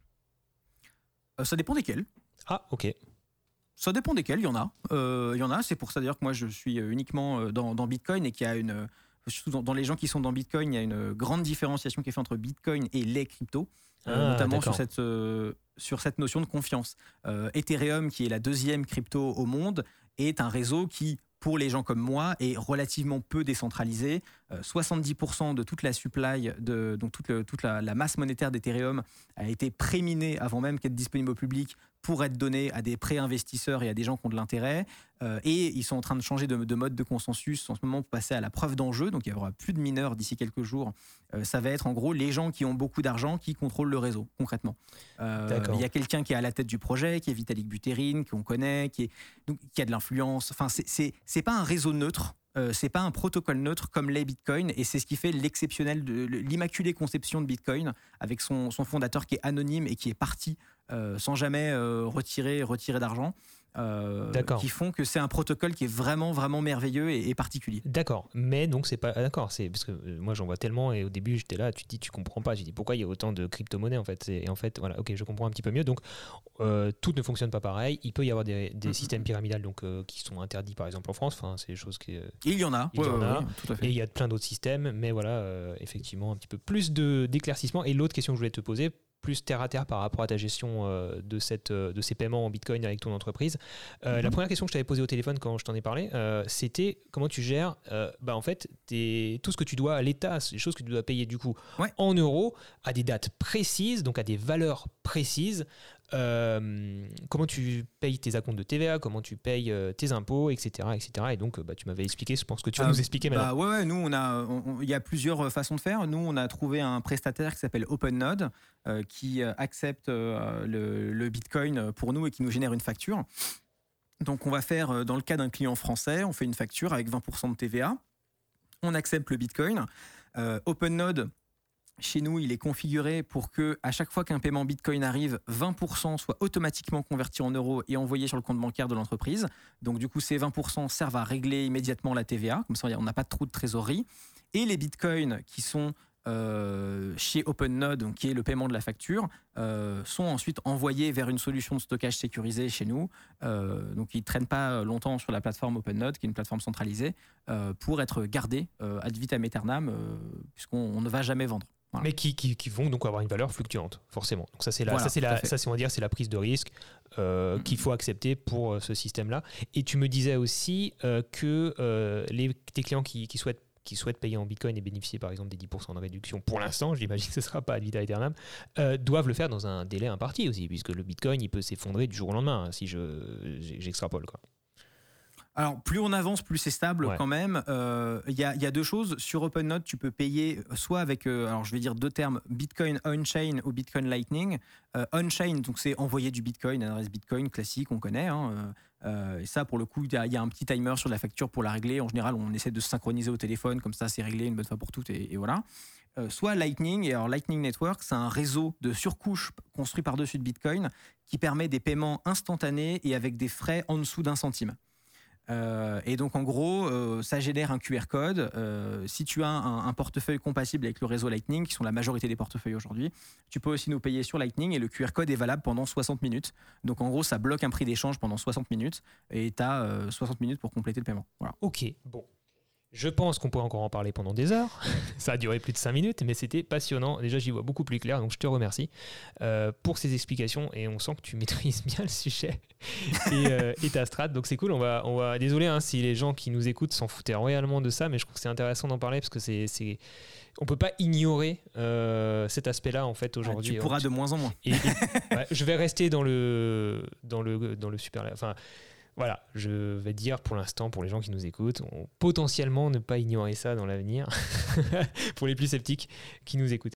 Ça dépend desquels. Ah, ok. Ça dépend desquels, il y en a. C'est pour ça d'ailleurs que moi je suis uniquement dans Bitcoin et qu'il y a surtout dans les gens qui sont dans Bitcoin, il y a une grande différenciation qui est faite entre Bitcoin et les cryptos, notamment sur cette notion de confiance. Ethereum, qui est la 2e crypto au monde, est un réseau qui, pour les gens comme moi, est relativement peu décentralisé. 70% de toute la supply, toute la masse monétaire d'Ethereum a été préminée avant même qu'être disponible au public pour être donnée à des pré-investisseurs et à des gens qui ont de l'intérêt. Et ils sont en train de changer de mode de consensus en ce moment pour passer à la preuve d'enjeu. Donc il n'y aura plus de mineurs d'ici quelques jours. Ça va être en gros les gens qui ont beaucoup d'argent qui contrôlent le réseau, concrètement. Il y a quelqu'un qui est à la tête du projet, qui est Vitalik Buterin, qu'on connaît, qui a de l'influence. Enfin, c'est pas un réseau neutre. C'est pas un protocole neutre comme les Bitcoin, et c'est ce qui fait l'exceptionnel de l'immaculée conception de Bitcoin avec son fondateur qui est anonyme et qui est parti sans jamais retirer d'argent. Qui font que c'est un protocole qui est vraiment vraiment merveilleux et particulier. D'accord, mais donc c'est pas d'accord, c'est parce que moi j'en vois tellement et au début j'étais là, tu te dis tu comprends pas, je dis pourquoi il y a autant de crypto-monnaies en fait, et en fait voilà, ok, je comprends un petit peu mieux. Donc tout ne fonctionne pas pareil, il peut y avoir des systèmes pyramidales donc qui sont interdits par exemple en France, enfin c'est des choses qui il y en a, tout à fait. Et il y a plein d'autres systèmes, mais voilà effectivement un petit peu plus d'éclaircissement. Et l'autre question que je voulais te poser plus terre à terre par rapport à ta gestion de ces paiements en Bitcoin avec ton entreprise. La première question que je t'avais posée au téléphone quand je t'en ai parlé, c'était comment tu gères en fait, tout ce que tu dois à l'État, les choses que tu dois payer du coup en euros, à des dates précises, donc à des valeurs précises. Comment tu payes tes acomptes de TVA, comment tu payes tes impôts, etc. Et donc, tu m'avais expliqué, je pense que tu vas nous expliquer maintenant. Ouais, nous, il y a plusieurs façons de faire. Nous, on a trouvé un prestataire qui s'appelle OpenNode, qui accepte le Bitcoin pour nous et qui nous génère une facture. Donc, on va faire, dans le cas d'un client français, on fait une facture avec 20% de TVA. On accepte le Bitcoin. OpenNode, chez nous, il est configuré pour que, à chaque fois qu'un paiement Bitcoin arrive, 20% soit automatiquement converti en euros et envoyé sur le compte bancaire de l'entreprise. Donc, du coup, ces 20% servent à régler immédiatement la TVA. Comme ça, on n'a pas de trou de trésorerie. Et les Bitcoins qui sont chez OpenNode, donc qui est le paiement de la facture, sont ensuite envoyés vers une solution de stockage sécurisée chez nous. Donc, ils ne traînent pas longtemps sur la plateforme OpenNode, qui est une plateforme centralisée, pour être gardés ad vitam aeternam, puisqu'on ne va jamais vendre. Voilà. Mais qui vont donc avoir une valeur fluctuante, forcément. Donc ça, c'est la prise de risque qu'il faut accepter pour ce système-là. Et tu me disais aussi que tes clients qui souhaitent payer en Bitcoin et bénéficier par exemple des 10% de réduction, pour l'instant, j'imagine que ce ne sera pas ad vitam aeternam, doivent le faire dans un délai imparti aussi, puisque le Bitcoin, il peut s'effondrer du jour au lendemain, si j'extrapole, quoi. Alors, plus on avance, plus c'est stable quand même. Il y a deux choses. Sur OpenNode, tu peux payer soit avec, alors je vais dire deux termes, Bitcoin on-chain ou Bitcoin Lightning. On-chain, donc c'est envoyer du Bitcoin, une adresse Bitcoin classique, on connaît. Et ça, pour le coup, il y a un petit timer sur la facture pour la régler. En général, on essaie de se synchroniser au téléphone, comme ça, c'est réglé une bonne fois pour toutes, et voilà. Soit Lightning, et alors Lightning Network, c'est un réseau de surcouche construit par-dessus de Bitcoin qui permet des paiements instantanés et avec des frais en dessous d'1 centime. Et donc en gros, ça génère un QR code. Si tu as un portefeuille compatible avec le réseau Lightning, qui sont la majorité des portefeuilles aujourd'hui, tu peux aussi nous payer sur Lightning et le QR code est valable pendant 60 minutes. Donc en gros, ça bloque un prix d'échange pendant 60 minutes et tu as 60 minutes pour compléter le paiement. Voilà. Ok, bon. Je pense qu'on pourrait encore en parler pendant des heures. Ça a duré plus de 5 minutes, mais c'était passionnant. Déjà, j'y vois beaucoup plus clair, donc je te remercie pour ces explications. Et on sent que tu maîtrises bien le sujet et ta strat. Donc c'est cool. On va désolé si les gens qui nous écoutent s'en foutaient royalement de ça, mais je trouve que c'est intéressant d'en parler parce que on peut pas ignorer cet aspect-là en fait aujourd'hui. Tu pourras de moins en moins. Je vais rester dans le super. Enfin. Voilà, je vais dire pour l'instant, pour les gens qui nous écoutent, potentiellement ne pas ignorer ça dans l'avenir, pour les plus sceptiques qui nous écoutent.